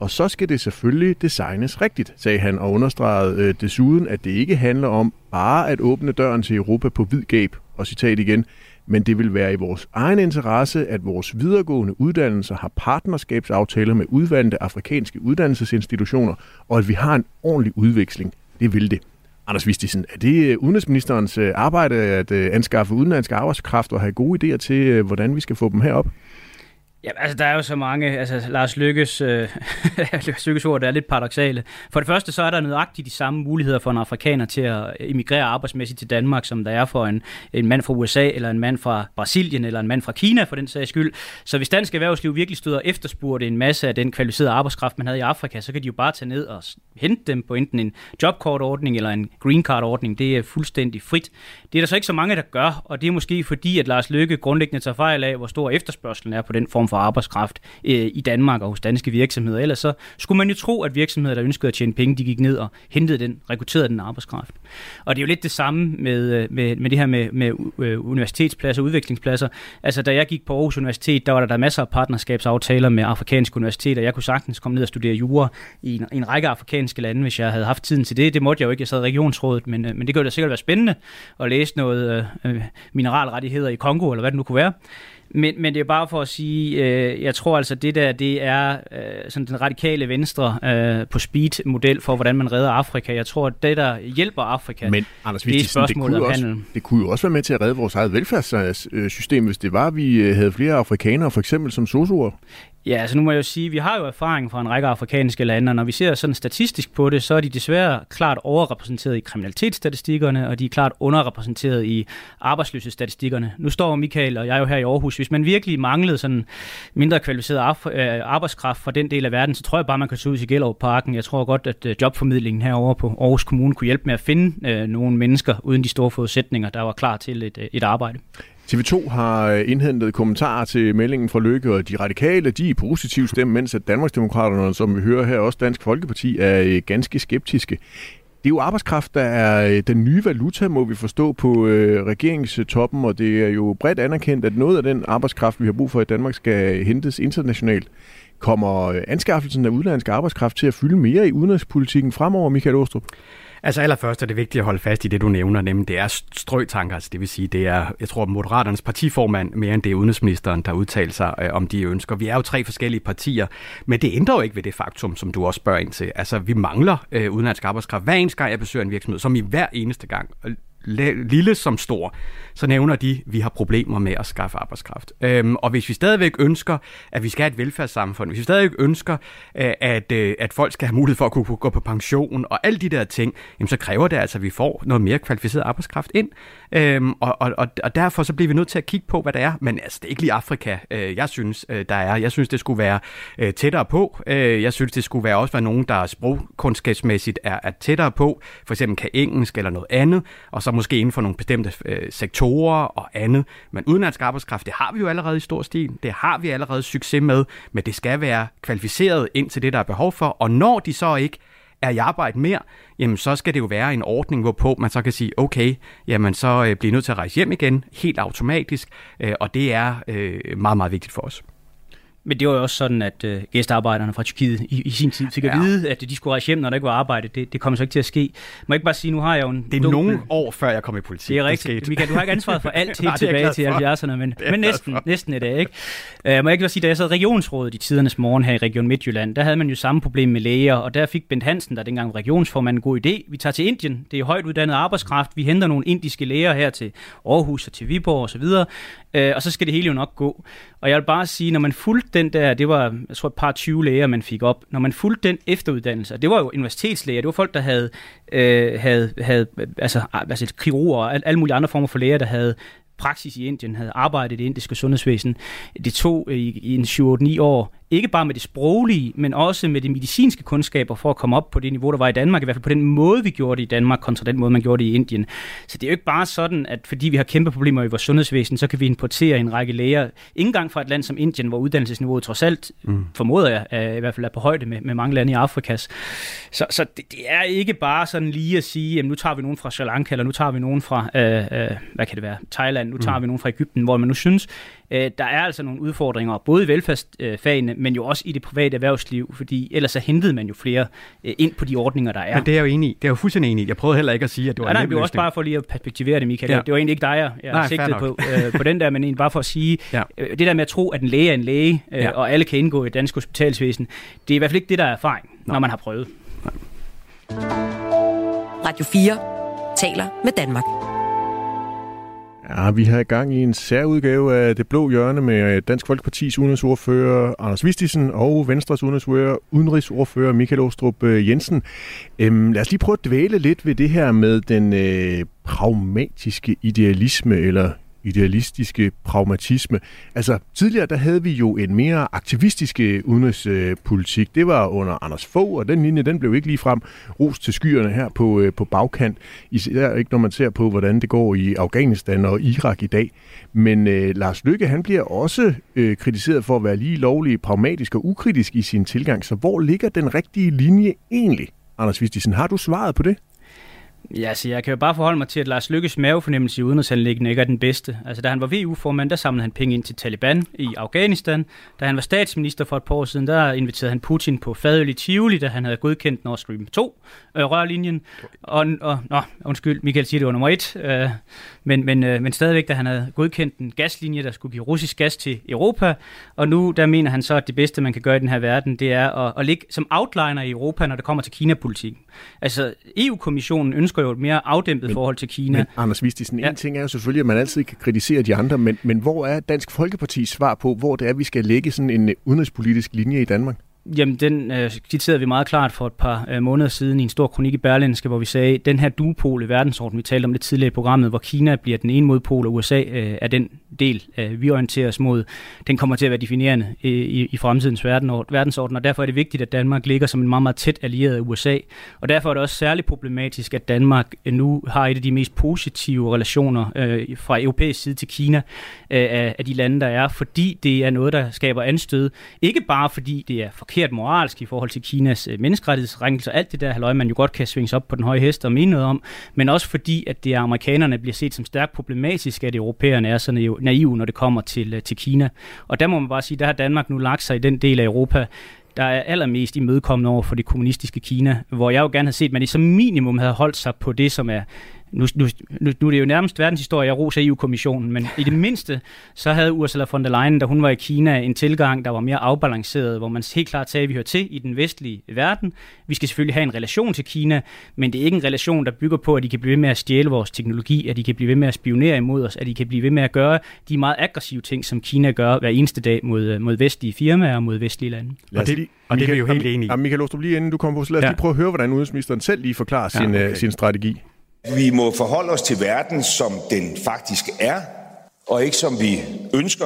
og så skal det selvfølgelig designes rigtigt, sagde han og understregede øh, desuden, at det ikke handler om bare at åbne døren til Europa på vid gab, og citat igen, men det vil være i vores egen interesse, at vores videregående uddannelser har partnerskabsaftaler med udvalgte afrikanske uddannelsesinstitutioner, og at vi har en ordentlig udveksling. Det vil det. Anders Vistisen, er det udenrigsministerens arbejde at anskaffe udenlandsk arbejdskraft og have gode idéer til, hvordan vi skal få dem herop? Ja, altså der er jo så mange, altså Lars Løkkes, øh, Løkkes ord, der er lidt paradoksale. For det første, så er der nøjagtigt de samme muligheder for en afrikaner til at emigrere arbejdsmæssigt til Danmark, som der er for en, en mand fra U S A, eller en mand fra Brasilien, eller en mand fra Kina, for den sags skyld. Så hvis dansk erhvervsliv virkelig stod og efterspurgte en masse af den kvalificerede arbejdskraft, man havde i Afrika, så kan de jo bare tage ned og hente dem på enten en jobcard-ordning eller en green card-ordning. Det er fuldstændig frit. Det er der så ikke så mange, der gør, og det er måske fordi, at Lars Løkke grundlæggende tager fejl af, hvor stor efterspørgselen er på den form for arbejdskraft øh, i Danmark og hos danske virksomheder. Ellers så skulle man jo tro, at virksomheder, der ønskede at tjene penge, de gik ned og hentede den, rekrutterede den arbejdskraft. Og det er jo lidt det samme med, med, med det her med, med universitetspladser og udviklingspladser. Altså, da jeg gik på Aarhus Universitet, der var der, der masser af partnerskabsaftaler med afrikanske universiteter. Jeg kunne sagtens komme ned og studere jura i en, i en række afrikanske lande, hvis jeg havde haft tiden til det. Det måtte jeg jo ikke. Jeg sad i regionsrådet, men, men det kunne da sikkert være spændende at læse noget øh, mineralrettigheder i Kongo, eller hvad det nu kunne være. Men, men det er bare for at sige, øh, jeg tror altså, det der, det er øh, sådan den radikale venstre øh, på speed-model for, hvordan man redder Afrika. Jeg tror, at det, der hjælper Afrika, men, Anders, det er spørgsmålet om handel. Det kunne jo også være med til at redde vores eget velfærdssystem, hvis det var, at vi havde flere afrikanere, for eksempel som sosuer. Ja, altså nu må jeg jo sige, at vi har jo erfaring fra en række afrikanske lande, og når vi ser sådan statistisk på det, så er de desværre klart overrepræsenteret i kriminalitetsstatistikkerne, og de er klart underrepræsenteret i arbejdsløshedsstatistikkerne. Nu står Michael og jeg jo her i Aarhus. Hvis man virkelig manglede sådan mindre kvalificeret arbejdskraft fra den del af verden, så tror jeg bare, man kan tage ud i Gellerupparken. Jeg tror godt, at jobformidlingen herovre på Aarhus Kommune kunne hjælpe med at finde øh, nogle mennesker uden de store forudsætninger, der var klar til et, et arbejde. T V to har indhentet kommentarer til meldingen fra Løkke, og de radikale, de er positivt stemt, mens at Danmarksdemokraterne, som vi hører her, også Dansk Folkeparti, er ganske skeptiske. Det er jo arbejdskraft, der er den nye valuta, må vi forstå, på øh, regeringstoppen, og det er jo bredt anerkendt, at noget af den arbejdskraft, vi har brug for i Danmark, skal hentes internationalt. Kommer anskaffelsen af udenlandsk arbejdskraft til at fylde mere i udenrigspolitikken fremover, Michael Aastrup? Altså allerførst er det vigtigt at holde fast i det, du nævner, nemlig det er strøtanker, altså det vil sige, det er, jeg tror, Moderaternes partiformand mere end det er udenrigsministeren, der udtaler sig øh, om de ønsker. Vi er jo tre forskellige partier, men det ændrer jo ikke ved det faktum, som du også spørger ind til. Altså vi mangler øh, udenlandsk arbejdskraft hver eneste gang, jeg besøger en virksomhed, som i hver eneste gang. Lille som stor, så nævner de, at vi har problemer med at skaffe arbejdskraft. Øhm, og hvis vi stadigvæk ønsker, at vi skal have et velfærdssamfund, hvis vi stadigvæk ønsker, at, at folk skal have mulighed for at kunne gå på pension og alle de der ting, jamen, så kræver det altså, at vi får noget mere kvalificeret arbejdskraft ind. Øhm, og, og, og derfor så bliver vi nødt til at kigge på, hvad der er. Men altså, det er ikke lige Afrika, øh, jeg synes, øh, der er. Jeg synes, det skulle være øh, tættere på. Øh, jeg synes, det skulle være også være nogen, der sprogkundskabsmæssigt er, er tættere på. For eksempel kan engelsk eller noget andet, og så måske inden for nogle bestemte øh, sektorer og andet. Men udenlandsk arbejdskraft, det har vi jo allerede i stor stil. Det har vi allerede succes med, men det skal være kvalificeret ind til det, der er behov for. Og når de så ikke er i arbejde mere, jamen så skal det jo være en ordning, hvorpå man så kan sige, okay, jamen så øh, bliver I nødt til at rejse hjem igen, helt automatisk, øh, og det er øh, meget, meget vigtigt for os. Men det var jo også sådan, at øh, gæstearbejderne fra Tyrkiet i, i sin tid fik at ja. vide, at de skulle rejse hjem, når der ikke var arbejde. Det, det kommer så ikke til at ske. Må jeg ikke bare sige, nu har jeg jo en... Det er dunkel. nogle år før jeg kom i politik. Det er rigtigt. Michael, du har ikke ansvaret for alt helt tilbage til halvfjerdserne, men, men næsten, næsten et dag, ikke? Uh, må jeg ikke bare sige, da jeg sad regionsrådet i tidernes morgen her i Region Midtjylland, der havde man jo samme problem med læger, og der fik Bent Hansen, der dengang var regionsformand, en god idé. Vi tager til Indien. Det er højt uddannet arbejdskraft. Vi henter nogle indiske læger her til Aarhus og til Viborg og så videre. Uh, og så skal det hele jo nok gå. Og jeg vil bare sige, når man fulgte den der, det var, jeg tror, et par tyve læger, man fik op. Når man fulgte den efteruddannelse, og det var jo universitetslæger, det var folk, der havde, øh, havde, havde altså, altså kirurger og alle mulige andre former for læger, der havde praksis i Indien, havde arbejdet i det indiske sundhedsvæsen. Det tog i, i en syv otte ni år, ikke bare med det sproglige, men også med de medicinske kundskaber for at komme op på det niveau, der var i Danmark, i hvert fald på den måde, vi gjorde det i Danmark, kontra den måde, man gjorde det i Indien. Så det er jo ikke bare sådan, at fordi vi har kæmpe problemer i vores sundhedsvæsen, så kan vi importere en række læger, ikke engang fra et land som Indien, hvor uddannelsesniveauet trods alt, mm. formoder jeg, er, i hvert fald er på højde med, med mange lande i Afrikas. Så, så det, det er ikke bare sådan lige at sige, jamen nu tager vi nogen fra Sri Lanka, eller nu tager vi nogen fra, øh, øh, hvad kan det være, Thailand, nu tager mm. vi nogen fra Egypten, hvor man nu synes, Øh, der er altså nogle udfordringer, både i velfærdsfagene, men jo også i det private erhvervsliv, fordi ellers så hentede man jo flere øh, ind på de ordninger, der er. Men det er jeg jo enig i. Det er jo fuldstændig enig i. Jeg prøvede heller ikke at sige, at det var ja, en nej, nem det var også løsning. bare for lige at perspektivere det, Michael. Ja. Det var egentlig ikke dig, jeg, jeg sigtede på, øh, på den der, men egentlig bare for at sige, ja. øh, det der med at tro, at en læge er en læge, øh, ja. og alle kan indgå i et dansk hospitalsvæsen, det er i hvert fald ikke det, der er erfaring, Nå. når man har prøvet. Nej. Radio fire taler med Danmark. Ja, vi har i gang i en særudgave af Det Blå Hjørne med Dansk Folkepartis udenrigsordfører Anders Vistisen og Venstres udenrigsordfører, udenrigsordfører Michael Aastrup Jensen. Øhm, lad os lige prøve at dvæle lidt ved det her med den øh, pragmatiske idealisme eller idealistiske pragmatisme. Altså, tidligere der havde vi jo en mere aktivistiske udenrigspolitik. Det var under Anders Fogh, og den linje, den blev ikke ligefrem rost til skyerne her på, på bagkant. Især ikke, når man ser på, hvordan det går i Afghanistan og Irak i dag. Men øh, Lars Løkke, han bliver også øh, kritiseret for at være lige lovlig pragmatisk og ukritisk i sin tilgang. Så hvor ligger den rigtige linje egentlig? Anders Vistisen, har du svaret på det? Ja, så jeg kan jo bare forholde mig til, at Lars Løkkes mavefornemmelse i udenrigsanliggende ikke er den bedste. Altså, da han var V U-formand, der samlede han penge ind til Taliban i Afghanistan. Da han var statsminister for et par år siden, der inviterede han Putin på fadøl i Tivoli, da han havde godkendt Nord Stream to øh, rørlinjen. Og, og, nå, undskyld, Michael siger, det var nummer et. Øh, men, men, øh, men stadigvæk, da han havde godkendt en gaslinje, der skulle give russisk gas til Europa. Og nu, der mener han så, at det bedste, man kan gøre i den her verden, det er at, at ligge som outliner i Europa, når det kommer til Kina-politikken. Altså, E U-kommissionen ønsker jo et mere afdæmpet men, forhold til Kina. Men Anders Vistisen, ja. En ting er jo selvfølgelig, at man altid kan kritisere de andre, men, men hvor er Dansk Folkepartis svar på, hvor det er, vi skal lægge sådan en udenrigspolitisk linje i Danmark? Jamen, den øh, skitserede vi meget klart for et par øh, måneder siden i en stor kronik i Berlingske, hvor vi sagde, at den her duopol i verdensorden, vi talte om det tidligere i programmet, hvor Kina bliver den ene modpol, og U S A øh, er den del, øh, vi orienterer os mod, den kommer til at være definerende i, i, i fremtidens verdensorden, og derfor er det vigtigt, at Danmark ligger som en meget, meget tæt allieret af U S A, og derfor er det også særligt problematisk, at Danmark nu har et af de mest positive relationer øh, fra europæisk side til Kina øh, af, af de lande, der er, fordi det er noget, der skaber anstød, ikke bare fordi det er forkert moralsk i forhold til Kinas menneskerettighedskrænkelser, alt det der halløj, man jo godt kan svinge op på den høje hest og mene noget om, men også fordi, at det er amerikanerne bliver set som stærkt problematisk, at europæerne er så naive, når det kommer til, til Kina. Og der må man bare sige, der har Danmark nu lagt sig i den del af Europa, der er allermest imødekommende over for det kommunistiske Kina, hvor jeg jo gerne havde set, at man i som minimum havde holdt sig på det, som er Nu, nu, nu er det jo nærmest verdenshistorie, jeg roser E U-kommissionen, men i det mindste, så havde Ursula von der Leyen, da hun var i Kina, en tilgang, der var mere afbalanceret, hvor man helt klart sagde, at vi hører til i den vestlige verden. Vi skal selvfølgelig have en relation til Kina, men det er ikke en relation, der bygger på, at de kan blive ved med at stjæle vores teknologi, at de kan blive ved med at spionere imod os, at de kan blive ved med at gøre de meget aggressive ting, som Kina gør hver eneste dag mod, mod vestlige firmaer og mod vestlige lande. Og det, og det er vi jo helt enige i. Michael Aastrup, lige inden du kommer på, så lad os ja. lige prøve at høre, hvordan udenrigsministeren selv lige forklarer ja, sin, okay. sin strategi. Vi må forholde os til verden, som den faktisk er, og ikke som vi ønsker,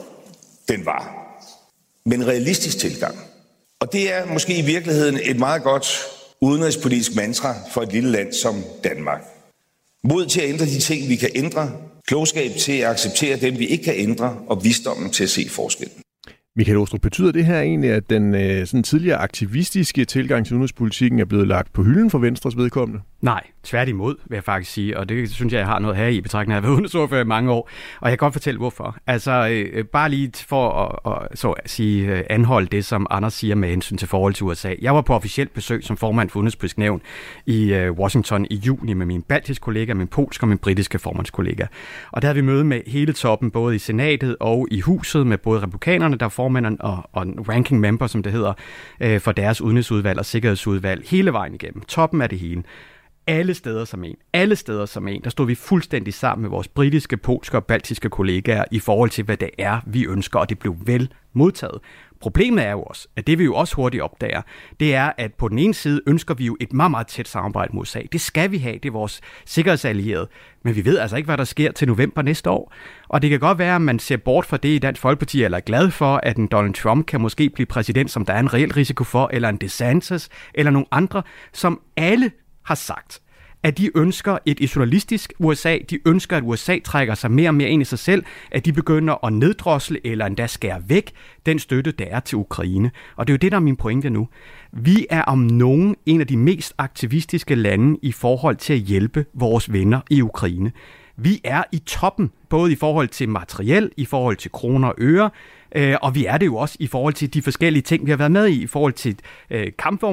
den var. Men realistisk tilgang. Og det er måske i virkeligheden et meget godt udenrigspolitisk mantra for et lille land som Danmark. Mod til at ændre de ting, vi kan ændre, klogskab til at acceptere dem, vi ikke kan ændre, og visdommen til at se forskellen. Michael Aastrup, betyder det her egentlig, at den øh, sådan tidligere aktivistiske tilgang til udenrigspolitikken er blevet lagt på hylden for Venstres vedkommende? Nej, tværtimod, vil jeg faktisk sige, og det synes jeg, jeg har noget her i betragtning af at have været udenrigsordfører i mange år, og jeg kan godt fortælle, hvorfor. Altså, øh, bare lige for at, at, så at sige, øh, anholde det, som Anders siger med hensyn til forhold til U S A. Jeg var på officielt besøg som formand for Udenrigspolitisk Nævn i øh, Washington i juni med min baltiske kollega, min polske og min britiske formandskollega. Og der havde vi møde med hele toppen, både i senatet og i huset, med både republikanerne, der er formændene, og, og ranking member, som det hedder, øh, for deres udenrigsudvalg og sikkerhedsudvalg, hele vejen igennem. Toppen af det hele. Alle steder som en, alle steder som en, der stod vi fuldstændig sammen med vores britiske, polske og baltiske kollegaer i forhold til, hvad det er, vi ønsker, og det blev vel modtaget. Problemet er jo også, at det vi jo også hurtigt opdager, det er, at på den ene side ønsker vi jo et meget, meget tæt samarbejde med U S A. Det skal vi have, det er vores sikkerhedsallierede. Men vi ved altså ikke, hvad der sker til november næste år. Og det kan godt være, at man ser bort fra det i Dansk Folkeparti, eller er glad for, at en Donald Trump kan måske blive præsident, som der er en reel risiko for, eller en DeSantis, eller nogle andre, som alle har sagt, at de ønsker et isolalistisk U S A, de ønsker, at U S A trækker sig mere og mere ind i sig selv, at de begynder at neddrosle eller endda skære væk den støtte, der er til Ukraine. Og det er jo det, der er min pointe nu. Vi er om nogen en af de mest aktivistiske lande i forhold til at hjælpe vores venner i Ukraine. Vi er i toppen, både i forhold til materiel, i forhold til kroner og øre, øh, og vi er det jo også i forhold til de forskellige ting, vi har været med i, i forhold til øh,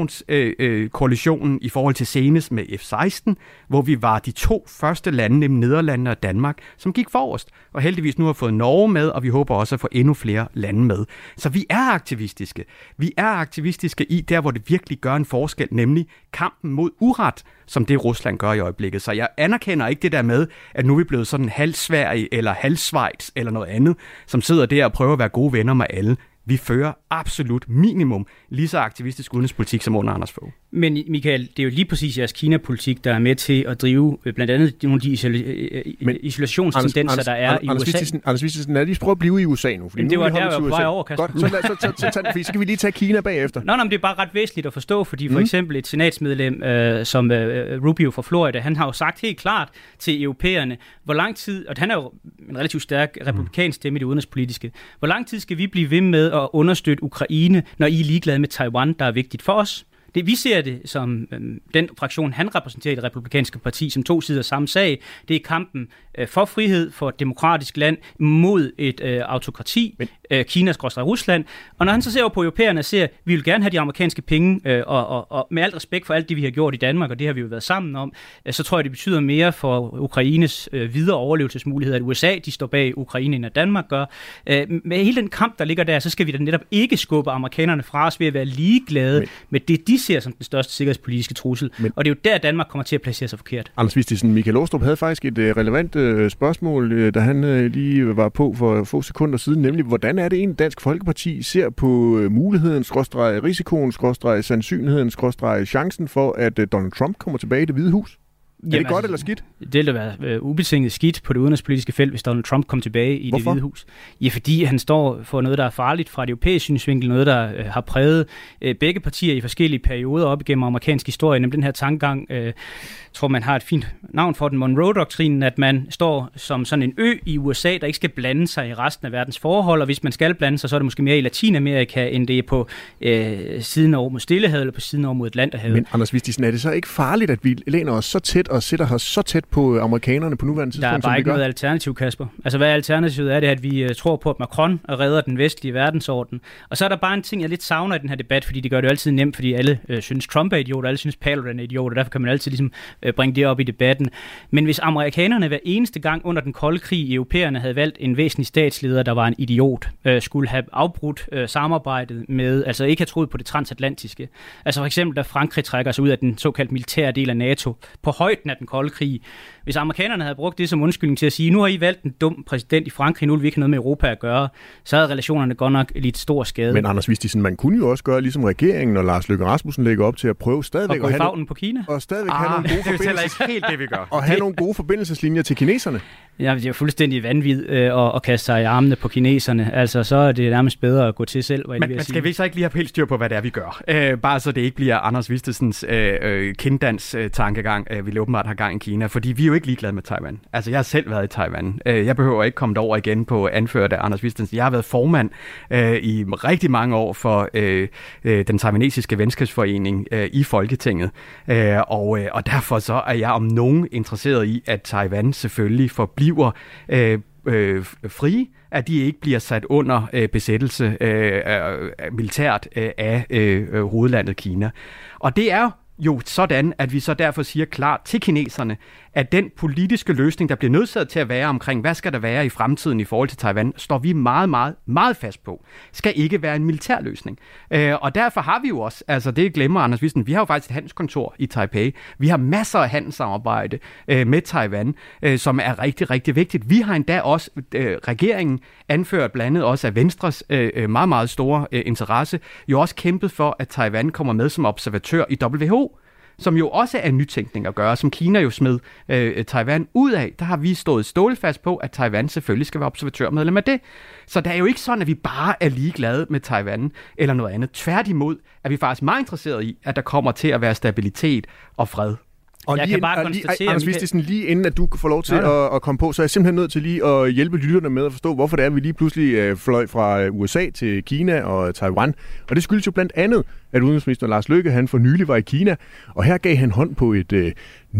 kampvognskoalitionen, øh, øh, i forhold til senest med F seksten, hvor vi var de to første lande, nemlig Nederlandene og Danmark, som gik forrest, og heldigvis nu har fået Norge med, og vi håber også at få endnu flere lande med. Så vi er aktivistiske. Vi er aktivistiske i der, hvor det virkelig gør en forskel, nemlig kampen mod uret, som det Rusland gør i øjeblikket. Så jeg anerkender ikke det der med, at nu er vi blevet sådan halv Sverige eller halv Schweiz eller noget andet, som sidder der og prøver at være gode venner med alle. Vi fører absolut minimum lige så aktivistisk udenrigspolitik som under Anders Fogh. Men Michael, det er jo lige præcis jeres Kina-politik, der er med til at drive blandt andet nogle af de isol- isolationstendenser, der er Anders, i U S A. Vistisen, Anders Vistisen, lad os prøve at blive i U S A nu. Fordi men det nu var der, jeg var på vej over, Kasper. Godt, så, lad, så, så, så, så, så, så kan vi lige tage Kina bagefter. Nå, nå, men det er bare ret væsentligt at forstå, fordi for mm. eksempel et senatsmedlem øh, som øh, Rubio fra Florida, han har jo sagt helt klart til europæerne, hvor lang tid, og han er jo en relativt stærk republikansk stemme i det udenrigspolitiske, hvor lang tid skal vi blive ved med at understøtte Ukraine, når I er ligeglade med Taiwan, der er vigtigt for os? Det, vi ser det som øh, den fraktion, han repræsenterer i det republikanske parti, som to sider samme sag. Det er kampen øh, for frihed, for et demokratisk land, mod et øh, autokrati, Men... øh, Kina-Rusland. Og når han så ser over på europæerne og ser, at vi vil gerne have de amerikanske penge, øh, og, og, og med alt respekt for alt det, vi har gjort i Danmark, og det har vi jo været sammen om, øh, så tror jeg, det betyder mere for Ukraines øh, videre overlevelsesmuligheder, at U S A de står bag Ukraine, end at Danmark gør. Øh, med hele den kamp, der ligger der, så skal vi da netop ikke skubbe amerikanerne fra os ved at være ligeglade Men... med det, de ser som den største sikkerhedspolitiske trussel. Men, og det er jo der, Danmark kommer til at placere sig forkert. Anders Vistisen, Michael Aastrup havde faktisk et uh, relevant uh, spørgsmål, uh, da han uh, lige var på for få sekunder siden, nemlig, hvordan er det egentlig, Dansk Folkeparti ser på uh, muligheden, skråstreg risikoen, skråstreg sandsynligheden, skråstreg chancen for, at uh, Donald Trump kommer tilbage i Det Hvide Hus? Er Jamen, det godt altså, eller skidt? Det ville da være uh, ubetinget skidt på det udenrigspolitiske felt, hvis Donald Trump kom tilbage i Hvorfor? Det Hvide Hus. Ja, fordi han står for noget, der er farligt fra det europæiske synsvinkel, noget, der uh, har præget uh, begge partier i forskellige perioder op igennem amerikansk historie, nemlig den her tankegang, uh, tror man har et fint navn for den, Monroe-doktrinen, at man står som sådan en ø i U S A, der ikke skal blande sig i resten af verdens forhold, og hvis man skal blande sig, så er det måske mere i Latinamerika, end det er på uh, siden over mod Stillehavet, eller på siden over mod Atlanterhavet. Men Anders Vistisen, er det så ikke farligt, at vi læner os så tæt og sætter os så tæt på amerikanerne på nuværende tidspunkt, som vi gør? Der er bare ikke noget alternativ, Kasper. Altså, hvad er alternativet? Er det, at vi uh, tror på, at Macron redder den vestlige verdensorden? Og så er der bare en ting, jeg lidt savner i den her debat, fordi det gør det jo altid nemt, fordi alle uh, synes, Trump er idiot, og alle synes, Paludan er idiot, og derfor kan man altid ligesom uh, bringe det op i debatten. Men hvis amerikanerne hver eneste gang under den kolde krig, europæerne havde valgt en væsentlig statsleder, der var en idiot, uh, skulle have afbrudt uh, samarbejdet med, altså ikke have troet på det transatlantiske. Altså for eksempel, da Frankrig trækker sig ud af den såkaldte militære del af NATO, på højden af den kolde krig. Hvis amerikanerne havde brugt det som undskyldning til at sige, nu har I valgt en dum præsident i Frankrig, nu vil vi ikke have noget med Europa at gøre, så havde relationerne godt nok lidt stor skade. Men Anders Vistisen, man kunne jo også gøre ligesom regeringen og Lars Løkke Rasmussen lægger op til at prøve stadigvæk at gå i favnen på Kina. Og stadigvæk ah, have nogle gode forbindelser. Det er ikke helt det, vi gør. Og have nogle gode forbindelseslinjer til kineserne. Ja, det er jo fuldstændig vanvittigt øh, at, at kaste sig i armene på kineserne. Altså, så er det nærmest bedre at gå til selv. Men, men skal vi så ikke lige have helt styr på, hvad det er, vi gør? Øh, bare så det ikke bliver Anders Vistisens øh, øh, kinddans-tankegang, øh, vi åbenbart har gang i Kina. Fordi vi er jo ikke ligeglade med Taiwan. Altså, jeg har selv været i Taiwan. Øh, jeg behøver ikke komme over igen på anført af Anders Vistisen. Jeg har været formand øh, i rigtig mange år for øh, øh, den taiwanesiske venskabsforening øh, i Folketinget. Øh, og, øh, og derfor så er jeg om nogen interesseret i, at Taiwan selvfølgelig forbliver bliver øh, øh, frie, at de ikke bliver sat under øh, besættelse øh, øh, militært øh, af øh, hovedlandet Kina. Og det er jo sådan, at vi så derfor siger klart til kineserne, at den politiske løsning, der bliver nødsaget til at være omkring, hvad skal der være i fremtiden i forhold til Taiwan, står vi meget, meget, meget fast på, skal ikke være en militær løsning. Øh, og derfor har vi jo også, altså det glemmer Anders Vistisen, vi har jo faktisk et handelskontor i Taipei. Vi har masser af handelssamarbejde øh, med Taiwan, øh, som er rigtig, rigtig vigtigt. Vi har endda også øh, regeringen anført blandt andet også af Venstres øh, meget, meget store øh, interesse, jo også kæmpet for, at Taiwan kommer med som observatør i W H O, som jo også er nytænkning at gøre, som Kina jo smed øh, Taiwan ud af. Der har vi stået stålfast på, at Taiwan selvfølgelig skal være observatørmedlem af det. Så det er jo ikke sådan, at vi bare er ligeglade med Taiwan eller noget andet. Tværtimod er vi faktisk meget interesserede i, at der kommer til at være stabilitet og fred. Og jeg lige kan bare ind, konstatere... Lige, Anders Vistisen, lige inden at du får lov til ja, at, at komme på, så er jeg simpelthen nødt til lige at hjælpe lytterne med at forstå, hvorfor det er, at vi lige pludselig øh, fløj fra U S A til Kina og Taiwan. Og det skyldes jo blandt andet, at udenrigsminister Lars Løkke, han for nylig var i Kina, og her gav han hånd på et øh, nyt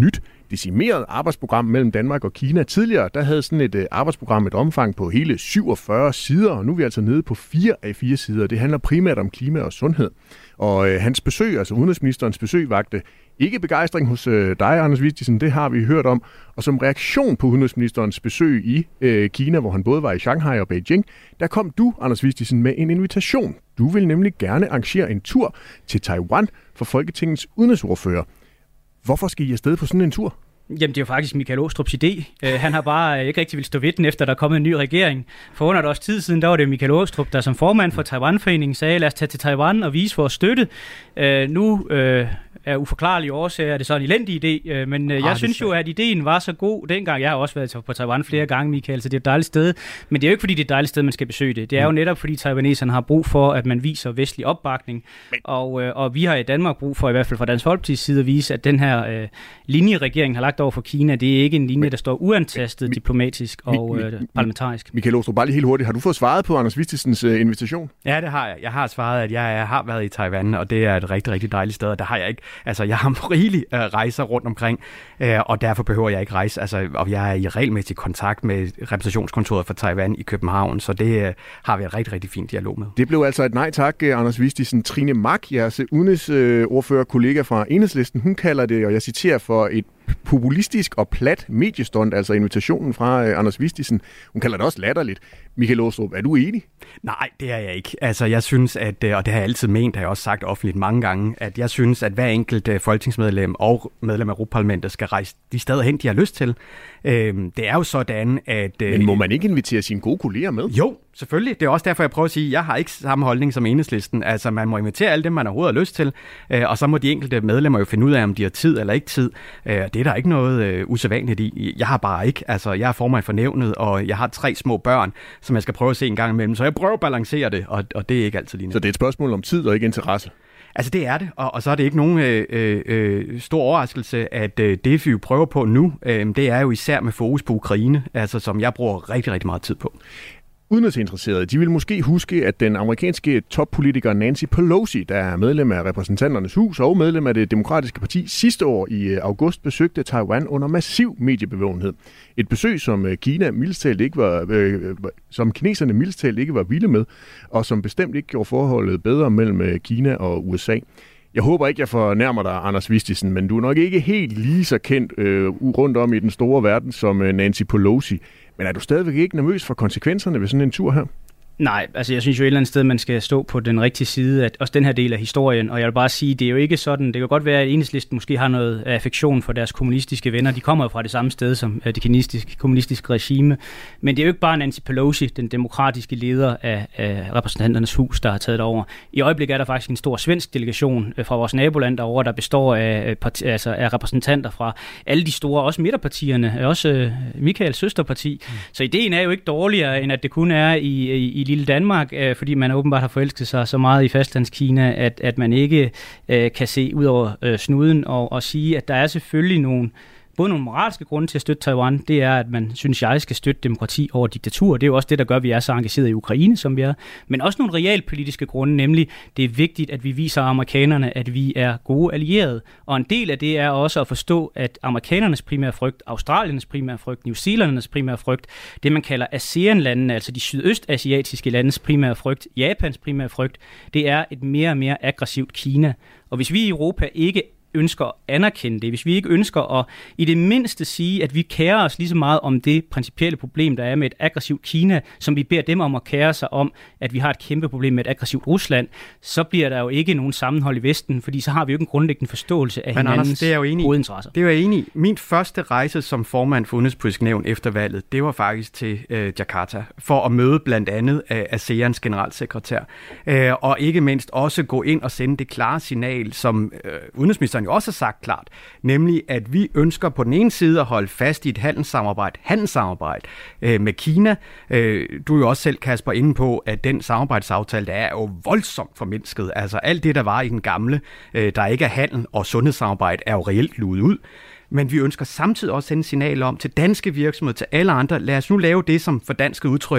decimeret arbejdsprogram mellem Danmark og Kina. Tidligere der havde sådan et øh, arbejdsprogram et omfang på hele syvogfyrre sider, og nu er vi altså nede på fire af fire sider. Det handler primært om klima og sundhed. Og øh, hans besøg, altså udenrigsministerens besøg, vagte ikke begejstring hos øh, dig, Anders Vistisen, det har vi hørt om. Og som reaktion på udenrigsministerens besøg i øh, Kina, hvor han både var i Shanghai og Beijing, der kom du, Anders Vistisen, med en invitation. Du vil nemlig gerne arrangere en tur til Taiwan for Folketingets udenrigsordfører. Hvorfor skal I afsted på sådan en tur? Jamen, det er jo faktisk Michael Aastrups idé. Uh, han har bare ikke rigtig vil stå ved den, efter der er kommet en ny regering. For under et års tid siden, der var det Michael Aastrup, der som formand for Taiwan-foreningen sagde, lad os tage til Taiwan og vise vores støtte. Uh, nu uh, er uforklarlige årsager, er det så en elendig idé, uh, men uh, jeg ah, synes jo, at ideen var så god dengang. Jeg har også været på Taiwan flere gange, Michael, så det er et dejligt sted. Men det er jo ikke, fordi det er et dejligt sted, man skal besøge det. Det er jo netop, fordi taiwaneserne har brug for, at man viser vestlig opbakning. Og, uh, og vi har i Danmark brug for, i hvert fald fra Dansk Folkepartis side, at vise, at den her uh, linje, regeringen har lagt over for Kina, det er ikke en linje, men, der står uantastet mi, diplomatisk og mi, mi, øh, parlamentarisk. Michael Aastrup, bare lige helt hurtigt. Har du fået svaret på Anders Vistisens øh, invitation? Ja, det har jeg. Jeg har svaret, at jeg, jeg har været i Taiwan, og det er et rigtig, rigtig dejligt sted, og der har jeg ikke, altså jeg har rigeligt øh, rejser rundt omkring, øh, og derfor behøver jeg ikke rejse, altså, og jeg er i regelmæssig kontakt med repræsentationskontoret for Taiwan i København, så det øh, har vi en rigtig, rigtig fin dialog med. Det blev altså et nej tak, Anders Vistisen. Trine Mak, jeres udenrigsordfører kollega fra Enhedslisten, hun kalder det, og jeg citerer, for et populistisk og plat mediestund, altså invitationen fra uh, Anders Vistisen. Hun kalder det også latterligt. Michael Aastrup, er du enig? Nej, det er jeg ikke. Altså, jeg synes, at, og det har jeg altid ment, har jeg også sagt offentligt mange gange, at jeg synes, at hver enkelt uh, folketingsmedlem og medlem af Europaparlamentet skal rejse de steder hen, de har lyst til. Uh, det er jo sådan, at... Uh, Men må man ikke invitere sine gode kolleger med? Jo, selvfølgelig. Det er også derfor, jeg prøver at sige, at jeg har ikke samme holdning som Enhedslisten. Altså, man må invitere alle dem, man overhovedet har lyst til, uh, og så må de enkelte medlemmer jo finde ud af, om de har tid eller ikke tid. Uh, det er der ikke noget øh, usædvanligt i. Jeg har bare ikke. Altså, jeg er formand for nævnet, og jeg har tre små børn, som jeg skal prøve at se en gang imellem. Så jeg prøver at balancere det, og, og det er ikke altid lige. Så det er et spørgsmål om tid og ikke interesse? Altså, det er det, og, og så er det ikke nogen øh, øh, stor overraskelse, at øh, det, vi prøver på nu, øh, det er jo især med fokus på Ukraine, altså som jeg bruger rigtig, rigtig meget tid på. Udenrigsinteresserede, de vil måske huske, at den amerikanske toppolitiker Nancy Pelosi, der er medlem af Repræsentanternes Hus og medlem af det demokratiske parti, sidste år i august besøgte Taiwan under massiv mediebevågenhed. Et besøg, som Kina mildest talt ikke var, øh, som kineserne mildest talt ikke var vilde med, og som bestemt ikke gjorde forholdet bedre mellem Kina og U S A. Jeg håber ikke, jeg fornærmer dig, Anders Vistisen, men du er nok ikke helt lige så kendt øh, rundt om i den store verden som øh, Nancy Pelosi. Men er du stadigvæk ikke nervøs for konsekvenserne ved sådan en tur her? Nej, altså jeg synes jo et eller andet sted, man skal stå på den rigtige side af også den her del af historien, og jeg vil bare sige, det er jo ikke sådan, det kan godt være, at Enhedslisten måske har noget affektion for deres kommunistiske venner, de kommer jo fra det samme sted som det kommunistiske, kommunistiske regime, men det er jo ikke bare Nancy Pelosi, den demokratiske leder af, af Repræsentanternes Hus, der har taget det over. I øjeblikket er der faktisk en stor svensk delegation fra vores naboland derovre, der består af, altså af repræsentanter fra alle de store, også midterpartierne, også Michaels søsterparti, mm. Så ideen er jo ikke dårligere, end at det kun er i, i lille Danmark, øh, fordi man åbenbart har forelsket sig så meget i fastlandskina, at, at man ikke øh, kan se ud over øh, snuden og, og sige, at der er selvfølgelig nogle både nogle moralske grunde til at støtte Taiwan, det er, at man synes, jeg skal støtte demokrati over diktatur. Det er jo også det, der gør, at vi er så engageret i Ukraine, som vi er. Men også nogle realpolitiske grunde, nemlig det er vigtigt, at vi viser amerikanerne, at vi er gode allierede. Og en del af det er også at forstå, at amerikanernes primære frygt, australiernes primære frygt, New Zealandernes primære frygt, det man kalder ASEAN-landene, altså de sydøstasiatiske landes primære frygt, Japans primære frygt, det er et mere og mere aggressivt Kina. Og hvis vi i Europa ikke ønsker at anerkende det, hvis vi ikke ønsker at i det mindste sige, at vi kærer os lige så meget om det principielle problem, der er med et aggressivt Kina, som vi beder dem om at kære sig om, at vi har et kæmpe problem med et aggressivt Rusland, så bliver der jo ikke nogen sammenhold i Vesten, fordi så har vi jo ikke en grundlæggende forståelse af Men hinandens Anders, det er jo enig, hovedinteresser. Det er jo enig. Min første rejse som formand for Udenrigspolitisk Nævn efter valget, det var faktisk til øh, Jakarta, for at møde blandt andet øh, ASEANs generalsekretær, øh, og ikke mindst også gå ind og sende det klare signal, som øh, udenrigsministeren jo også har sagt klart, nemlig at vi ønsker på den ene side at holde fast i et handelssamarbejde, handelssamarbejde øh, med Kina. Øh, du er jo også selv, Kasper, inde på, at den samarbejdsaftale, der er jo voldsomt formindsket. Altså alt det, der var i den gamle, øh, der ikke er handel og sundhedssamarbejde, er jo reelt luet ud. Men vi ønsker samtidig også at sende signal om til danske virksomheder, til alle andre, lad os nu lave det som for dansk udtryk,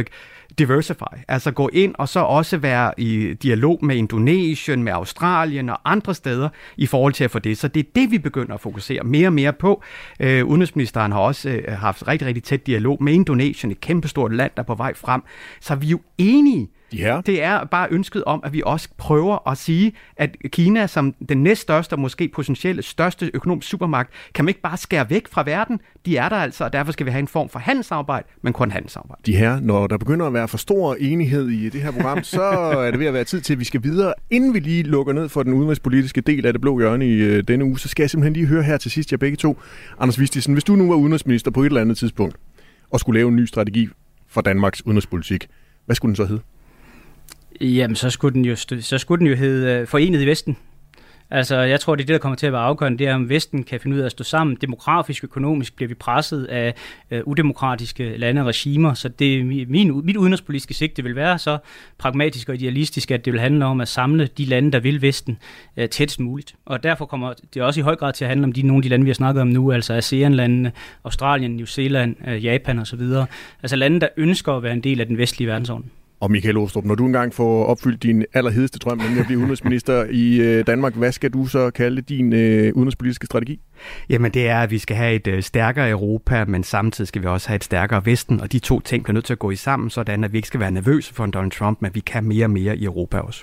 diversify, altså gå ind og så også være i dialog med Indonesien, med Australien og andre steder i forhold til at få det. Så det er det, vi begynder at fokusere mere og mere på. Øh, udenrigsministeren har også øh, haft rigtig, rigtig tæt dialog med Indonesien, et kæmpestort land, der er på vej frem. Så vi er jo enige. Ja. Det er bare ønsket om, at vi også prøver at sige, at Kina som den næststørste og måske potentielle største økonomisk supermagt, kan man ikke bare skære væk fra verden. De er der altså, og derfor skal vi have en form for handelssamarbejde, men kun handelssamarbejde. De her, når der begynder at være for stor enighed i det her program, så er det ved at være tid til, at vi skal videre. Inden vi lige lukker ned for den udenrigspolitiske del af Det Blå Hjørne i øh, denne uge, så skal jeg simpelthen lige høre her til sidst jer begge to. Anders Vistisen, hvis du nu var udenrigsminister på et eller andet tidspunkt, og skulle lave en ny strategi for Danmarks udenrigspolitik, hvad skulle den så hedde? Jamen, så skulle den jo, så skulle den jo hedde Forenet i Vesten. Altså, jeg tror, det er det, der kommer til at være afgørende, det er, om Vesten kan finde ud af at stå sammen. Demografisk, økonomisk bliver vi presset af øh, udemokratiske lande og regimer, så det, min, mit udenrigspolitiske sigte vil være så pragmatisk og idealistisk, at det vil handle om at samle de lande, der vil Vesten, øh, tættest muligt. Og derfor kommer det også i høj grad til at handle om de, nogle af de lande, vi har snakket om nu, altså ASEAN-landene, Australien, New Zealand, øh, Japan osv. Altså lande, der ønsker at være en del af den vestlige verdensorden. Og Michael Aastrup, når du engang får opfyldt din allerhedeste drøm, nemlig at blive udenrigsminister i øh, Danmark, hvad skal du så kalde din øh, udenrigspolitiske strategi? Jamen det er, at vi skal have et øh, stærkere Europa, men samtidig skal vi også have et stærkere Vesten, og de to ting bliver nødt til at gå i sammen, sådan at vi ikke skal være nervøse for Donald Trump, men vi kan mere og mere i Europa også.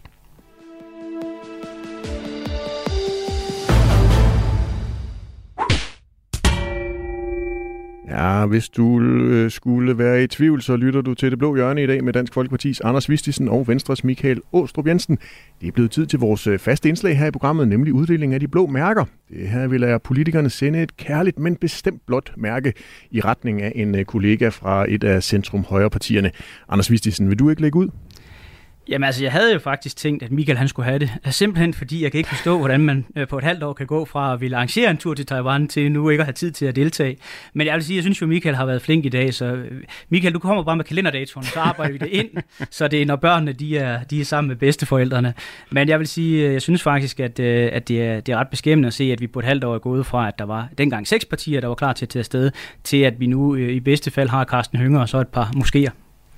Ja, hvis du øh, skulle være i tvivl, så lytter du til Det Blå Hjørne i dag med Dansk Folkepartis Anders Vistisen og Venstres Michael Aastrup Jensen. Det er blevet tid til vores faste indslag her i programmet, nemlig uddeling af de blå mærker. Det her vil lade politikerne sende et kærligt, men bestemt blåt mærke i retning af en kollega fra et af centrum-højre-partierne. Anders Vistisen, vil du ikke lægge ud? Jamen altså, jeg havde jo faktisk tænkt, at Michael han skulle have det. Simpelthen fordi, jeg kan ikke forstå, hvordan man på et halvt år kan gå fra at ville arrangere en tur til Taiwan til nu ikke at have tid til at deltage. Men jeg vil sige, jeg synes jo, Michael har været flink i dag, så Michael, du kommer bare med kalenderdatoen, så arbejder vi det ind, så det er, når børnene de er, de er sammen med bedsteforældrene. Men jeg vil sige, jeg synes faktisk, at, at det, er, det er ret beskæmmende at se, at vi på et halvt år er gået fra, at der var dengang seks partier, der var klar til at tage afsted, til at vi nu i bedste fald har Carsten Hønge og så et par moskéer.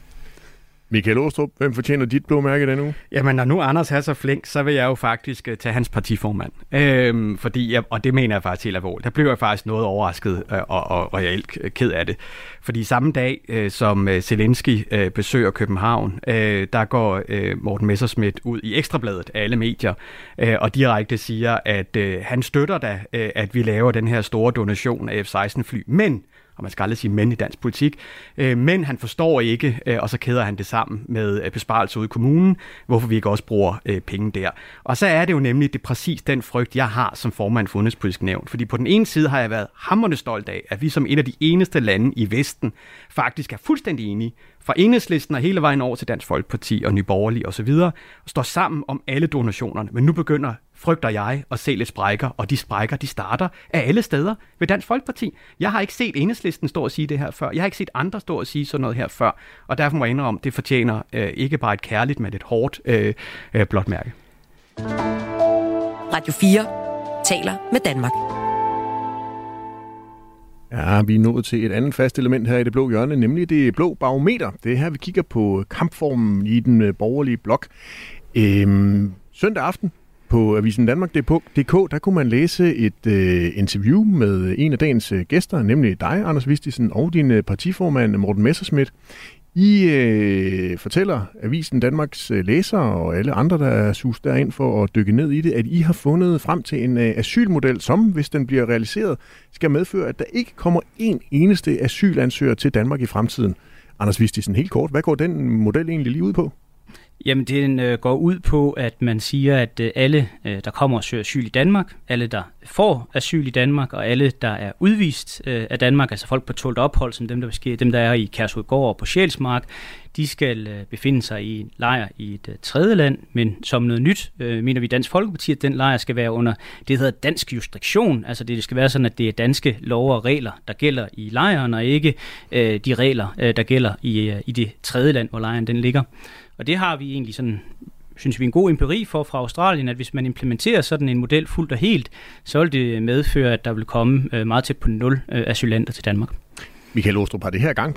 Michael Aastrup, hvem fortjener dit blå mærke denne uge? Jamen, når nu Anders er så flink, så vil jeg jo faktisk tage hans partiformand. Øhm, fordi jeg, og det mener jeg faktisk helt alvorligt. Der blev jeg faktisk noget overrasket øh, og, og, og reelt ked af det. Fordi samme dag, øh, som Zelensky øh, besøger København, øh, der går øh, Morten Messerschmidt ud i Ekstrabladet af alle medier, øh, og direkte siger, at øh, han støtter da, øh, at vi laver den her store donation af F seksten fly. Men og man skal aldrig sige men i dansk politik, men han forstår ikke, og så kæder han det sammen med besparelser ude i kommunen, hvorfor vi ikke også bruger penge der. Og så er det jo nemlig det præcis den frygt, jeg har som formand for Udenrigspolitisk Nævn. Fordi på den ene side har jeg været hamrende stolt af, at vi som et af de eneste lande i Vesten faktisk er fuldstændig enige, fra Enhedslisten og hele vejen over til Dansk Folkeparti og Nye Borgerlige osv., og står sammen om alle donationerne. Men nu begynder, frygter jeg, at se lidt sprækker, og de sprækker, de starter af alle steder ved Dansk Folkeparti. Jeg har ikke set Enhedslisten stå og sige det her før. Jeg har ikke set andre stå og sige sådan noget her før. Og derfor må jeg indrømme, det fortjener øh, ikke bare et kærligt, men et hårdt øh, øh, blåt mærke. Radio fire taler med Danmark. Ja, vi er nået til et andet fast element her i Det Blå Hjørne, nemlig det blå barometer. Det er her, vi kigger på kampformen i den borgerlige blok. Øhm, søndag aften på Avisen Danmark punktum d k, der kunne man læse et øh, interview med en af dagens gæster, nemlig dig, Anders Vistisen, og din partiformand, Morten Messerschmidt. I øh, fortæller Avisen Danmarks læsere og alle andre, der er sus derind for at dykke ned i det, at I har fundet frem til en øh, asylmodel, som, hvis den bliver realiseret, skal medføre, at der ikke kommer en eneste asylansøger til Danmark i fremtiden. Anders Vistisen, helt kort, hvad går den model egentlig lige ud på? Jamen, den øh, går ud på, at man siger, at øh, alle, øh, der kommer og søger asyl i Danmark, alle, der får asyl i Danmark, og alle, der er udvist øh, af Danmark, altså folk på tålt ophold, som dem, der, sker, dem, der er i Kærshovedgård og på Sjælsmark, de skal øh, befinde sig i en lejr i et øh, tredje land, men som noget nyt, øh, mener vi i Dansk Folkeparti, at den lejr skal være under det, der hedder dansk jurisdiktion, altså det skal være sådan, at det er danske love og regler, der gælder i lejren, og ikke øh, de regler, øh, der gælder i, øh, i det tredje land, hvor lejren den ligger. Og det har vi egentlig sådan, synes vi, en god empiri for fra Australien, at hvis man implementerer sådan en model fuldt og helt, så vil det medføre, at der vil komme meget tæt på nul asylanter til Danmark. Michael Aastrup, har det her gang på jord?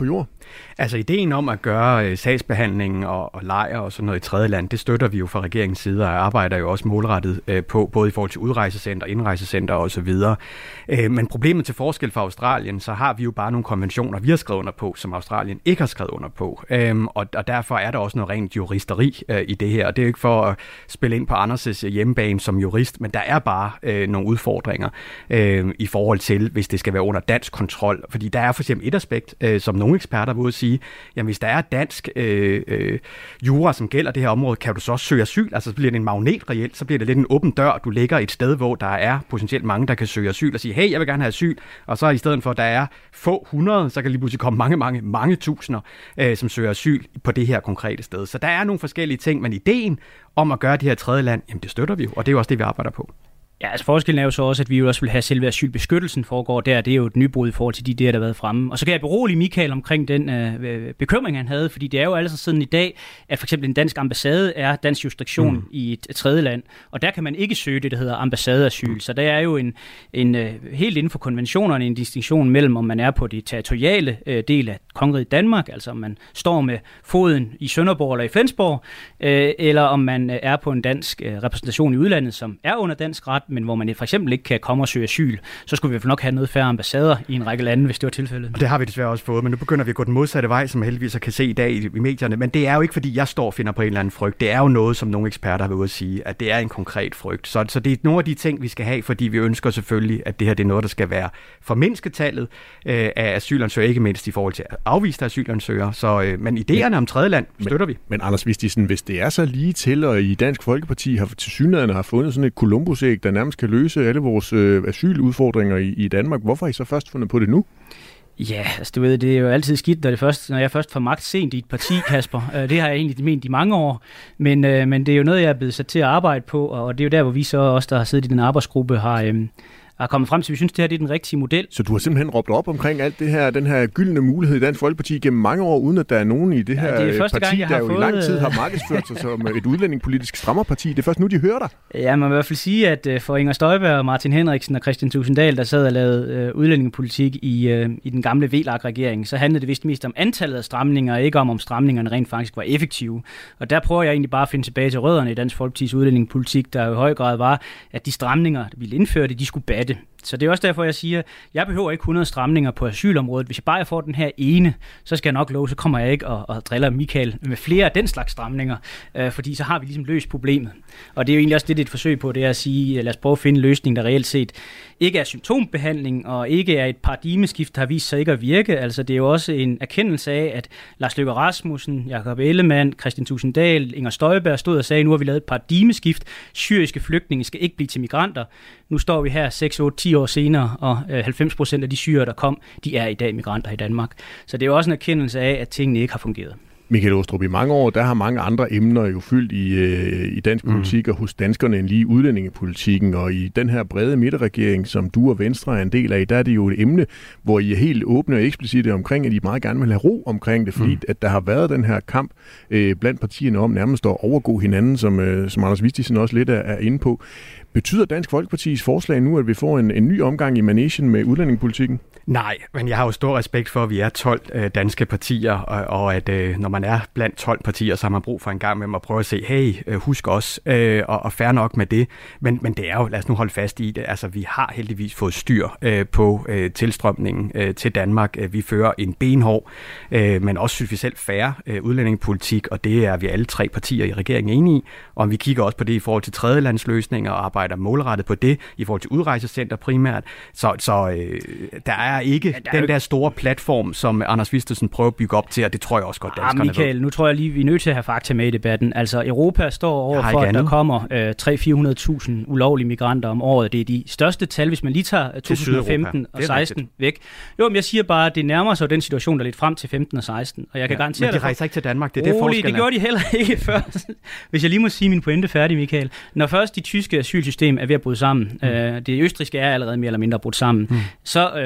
Altså ideen om at gøre øh, sagsbehandlingen og, og lejr og sådan noget i tredje land, det støtter vi jo fra regeringens side, og arbejder jo også målrettet øh, på, både i forhold til udrejsecenter, indrejsecenter og så videre. Øh, men problemet til forskel fra Australien, så har vi jo bare nogle konventioner, vi har skrevet under på, som Australien ikke har skrevet under på. Øh, og, og derfor er der også noget rent juristeri øh, i det her, og det er jo ikke for at spille ind på Anders' hjemmebane som jurist, men der er bare øh, nogle udfordringer øh, i forhold til, hvis det skal være under dansk kontrol. Fordi der er for eksempel et aspekt, øh, som nogle eksperter vil sige, jamen hvis der er dansk øh, øh, jura, som gælder det her område, kan du så også søge asyl. Altså så bliver det en magnet reelt, så bliver det lidt en åben dør. Du ligger et sted, hvor der er potentielt mange, der kan søge asyl og sige, hey, jeg vil gerne have asyl. Og så i stedet for, at der er få hundrede, så kan lige pludselig komme mange, mange, mange tusinder, øh, som søger asyl på det her konkrete sted. Så der er nogle forskellige ting, men ideen om at gøre det her tredje land, jamen det støtter vi jo, og det er jo også det, vi arbejder på. Ja, altså forskellen er jo så også, at vi jo også vil have selve asylbeskyttelsen foregår der. Det er jo et nybrud i forhold til de der, der har været fremme. Og så kan jeg berolige Michael omkring den øh, bekymring, han havde, fordi det er jo altså sådan i dag, at for eksempel en dansk ambassade er dansk jurisdiktion mm. i et, et tredje land, og der kan man ikke søge det, der hedder ambassadeasyl. Mm. Så der er jo en, en øh, helt inden for konventionerne en distinktion mellem, om man er på det territoriale øh, del af kongeriget Danmark, altså om man står med foden i Sønderborg eller i Flensborg, øh, eller om man øh, er på en dansk øh, repræsentation i udlandet, som er under dansk ret, men hvor man for eksempel ikke kan komme og søge asyl, så skulle vi i hvert fald nok have noget færre ambassader i en række lande, hvis det var tilfældet. Og det har vi desværre også fået, men nu begynder vi at gå den modsatte vej, som heldigvis kan se i dag i, i medierne. Men det er jo ikke, fordi jeg står og finder på en eller anden frygt. Det er jo noget, som nogle eksperter har været ude at sige, at det er en konkret frygt. Så, så det er nogle af de ting, vi skal have, fordi vi ønsker selvfølgelig, at det her det er noget, der skal være formindske tallet øh, af asylansøgere, ikke mindst i forhold til afviste asylansøgere. Så, øh, men idéerne om tredje land støtter vi. Men, men Anders Vistisen, hvis det er så lige til, og i Dansk Folkeparti har tilsyneladende har fundet sådan et Columbus-æg, der nærmest kan løse alle vores øh, asyludfordringer i, i Danmark. Hvorfor har I så først fundet på det nu? Ja, altså du ved, det er jo altid skidt, når, det først, når jeg først får magt sent i et parti, Kasper. Det har jeg egentlig ment i mange år, men, øh, men det er jo noget, jeg er blevet sat til at arbejde på, og det er jo der, hvor vi så også, der har siddet i den arbejdsgruppe, har... Øh, er kommet frem til, at vi synes, at det her det er den rigtige model. Så du har simpelthen råbt op omkring alt det her, den her gyldne mulighed i Dansk Folkeparti gennem mange år, uden at der er nogen i det her ja, det parti, gang, der jo fået... i lang tid har markedsført sig som et udlændingepolitisk strammerparti. Det er først nu, de hører dig. Ja, man vil i hvert fald sige, at for Inger Støjberg, Martin Henriksen og Kristian Thulesen Dahl, der sad og lavede udlændingepolitik i, i den gamle V L A K-regering, så handlede det vist mest om antallet af stramninger, og ikke om, om stramningerne rent faktisk var effektive. Og der prøver jeg egentlig bare at finde tilbage til rødderne i Dansk Folkepartis udlændingepolitik, der i høj grad var, at de stramninger, der ville indføre det, de skulle batte. Så det er også derfor, jeg siger, at jeg behøver ikke hundrede stramninger på asylområdet. Hvis jeg bare får den her ene, så skal jeg nok love, så kommer jeg ikke og, og driller Michael med flere af den slags stramninger, øh, fordi så har vi ligesom løst problemet. Og det er jo egentlig også det, det er et forsøg på, det er at sige, lad os prøve at finde en løsning, der reelt set ikke er symptombehandling, og ikke er et paradigmeskift, der har vist sig ikke at virke. Altså det er jo også en erkendelse af, at Lars Løkke Rasmussen, Jakob Ellemann, Kristian Thulesen Dahl, Inger Støjberg stod og sagde, nu har vi lavet et paradigmeskift. Syriske flygtninge skal ikke blive til migranter. Nu står vi her seks, otte, ti år senere, og halvfems procent af de syrere, der kom, de er i dag migranter i Danmark. Så det er jo også en erkendelse af, at tingene ikke har fungeret. Michael Aastrup, i mange år, der har mange andre emner jo fyldt i, øh, i dansk politik mm. og hos danskerne end lige udlændingepolitikken. Og i den her brede midterregering, som du og Venstre er en del af, der er det jo et emne, hvor I er helt åbne og eksplicite omkring, at I meget gerne vil have ro omkring det, fordi mm. at der har været den her kamp øh, blandt partierne om nærmest at overgå hinanden, som, øh, som Anders Vistisen også lidt er, er inde på. Betyder Dansk Folkepartis forslag nu, at vi får en, en ny omgang i managen med udlændingepolitikken? Nej, men jeg har jo stor respekt for, at vi er tolv øh, danske partier, og, og at øh, når man er blandt tolv partier, så har man brug for en gang med at prøve at se, hey, øh, husk os, øh, og, og fair nok med det. Men, men det er jo, lad os nu holde fast i det, altså vi har heldigvis fået styr øh, på øh, tilstrømningen øh, til Danmark. Vi fører en benhård, øh, men også synes vi selv fair øh, udlændingepolitik, og det er vi alle tre partier i regeringen enige i. Og vi kigger også på det i forhold til tredjelandsløsninger og arbejder målrettet på det, i forhold til udrejsecenter primært. Så, så øh, der er ikke ja, der den der store platform, som Anders Vistisen prøver at bygge op til, og det tror jeg også godt, danskerne ah, Michael, ved. Nu tror jeg lige, vi er nødt til at have fakta med i debatten. Altså, Europa står over for, at der kommer øh, tre til fire hundrede tusind ulovlige migranter om året. Det er de største tal, hvis man lige tager to tusind og femten og seksten rigtigt. Væk. Jo, men jeg siger bare, at det nærmer sig den situation, der lidt frem til femten og seksten. Og jeg kan ja, garantere men de rejser ikke til Danmark, det er rolig, det forskellen. Det gjorde de heller ikke før. Hvis jeg lige må sige min pointe færdig, Michael. Når først de tyske asylsystem er ved at bryde sammen, mm. øh, det østrigske er allerede mere eller mindre brudt sammen, mm. så øh, går de jo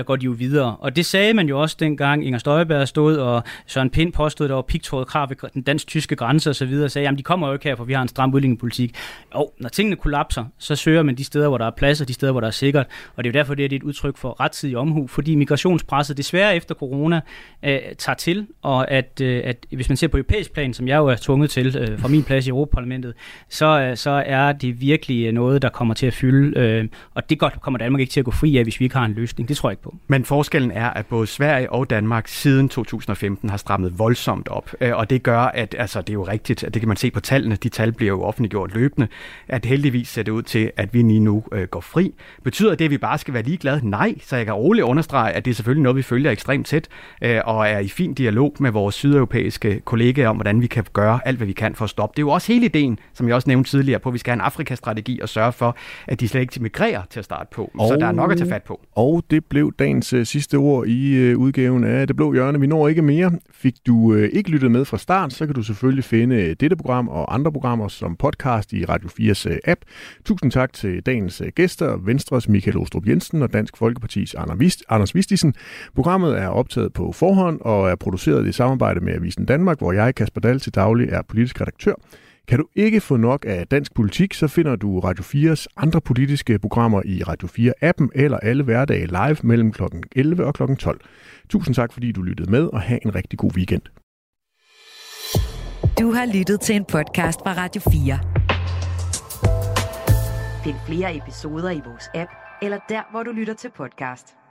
videre. Og det sagde man jo også dengang Inger Støjberg stod, og Søren Pind påstod, der var pigtrådet krav ved den dansk-tyske grænse osv., og sagde, jamen de kommer jo ikke her, for vi har en stram udlændingepolitik. Og når tingene kollapser, så søger man de steder, hvor der er plads, og de steder, hvor der er sikkert. Og det er jo derfor, det er et udtryk for rettidig omhu, fordi migrationspresset desværre efter corona øh, tager til, og at, øh, at hvis man ser på europæisk plan, som jeg jo er tvunget til øh, fra min plads i Europaparlamentet, så, øh, så er det virkelig noget, der kommer til at fylde, øh, og det godt kommer Danmark ikke til at gå fri af, hvis vi ikke har en løsning. Det tror jeg ikke på. Men forskellen er, at både Sverige og Danmark siden to tusind og femten har strammet voldsomt op, og det gør, at altså, det er jo rigtigt, at det kan man se på tallene, de tal bliver jo offentliggjort løbende, at heldigvis ser det ud til, at vi lige nu øh, går fri. Betyder det, at vi bare skal være ligeglade? Nej, så jeg kan roligt understrege, at det er selvfølgelig noget, vi følger ekstremt tæt, øh, og er i fin dialog med vores sydeuropæiske kollegaer om, hvordan vi kan gøre alt, hvad vi kan for at stoppe. Det er jo også hele ideen, som jeg også nævnte tidligere, på at vi skal have en Afrikastrategi og sørge for, at de slet ikke migrerer til at starte på. Og, så der er nok at tage fat på. Og det blev dagens uh, sidste ord i uh, udgaven af Det Blå Hjørne. Vi når ikke mere. Fik du uh, ikke lyttet med fra start, så kan du selvfølgelig finde dette program og andre programmer som podcast i Radio fires uh, app. Tusind tak til dagens uh, gæster, Venstres Michael Aastrup Jensen og Dansk Folkepartis Anders Vistisen. Programmet er optaget på forhånd og er produceret i samarbejde med Avisen Danmark, hvor jeg, Kasper Dahl, til daglig er politisk redaktør. Kan du ikke få nok af dansk politik, så finder du Radio fires andre politiske programmer i Radio fire-appen eller alle hverdage live mellem klokken elleve og klokken tolv. Tusind tak, fordi du lyttede med, og have en rigtig god weekend. Du har lyttet til en podcast fra Radio fire. Find flere episoder i vores app, eller der, hvor du lytter til podcast.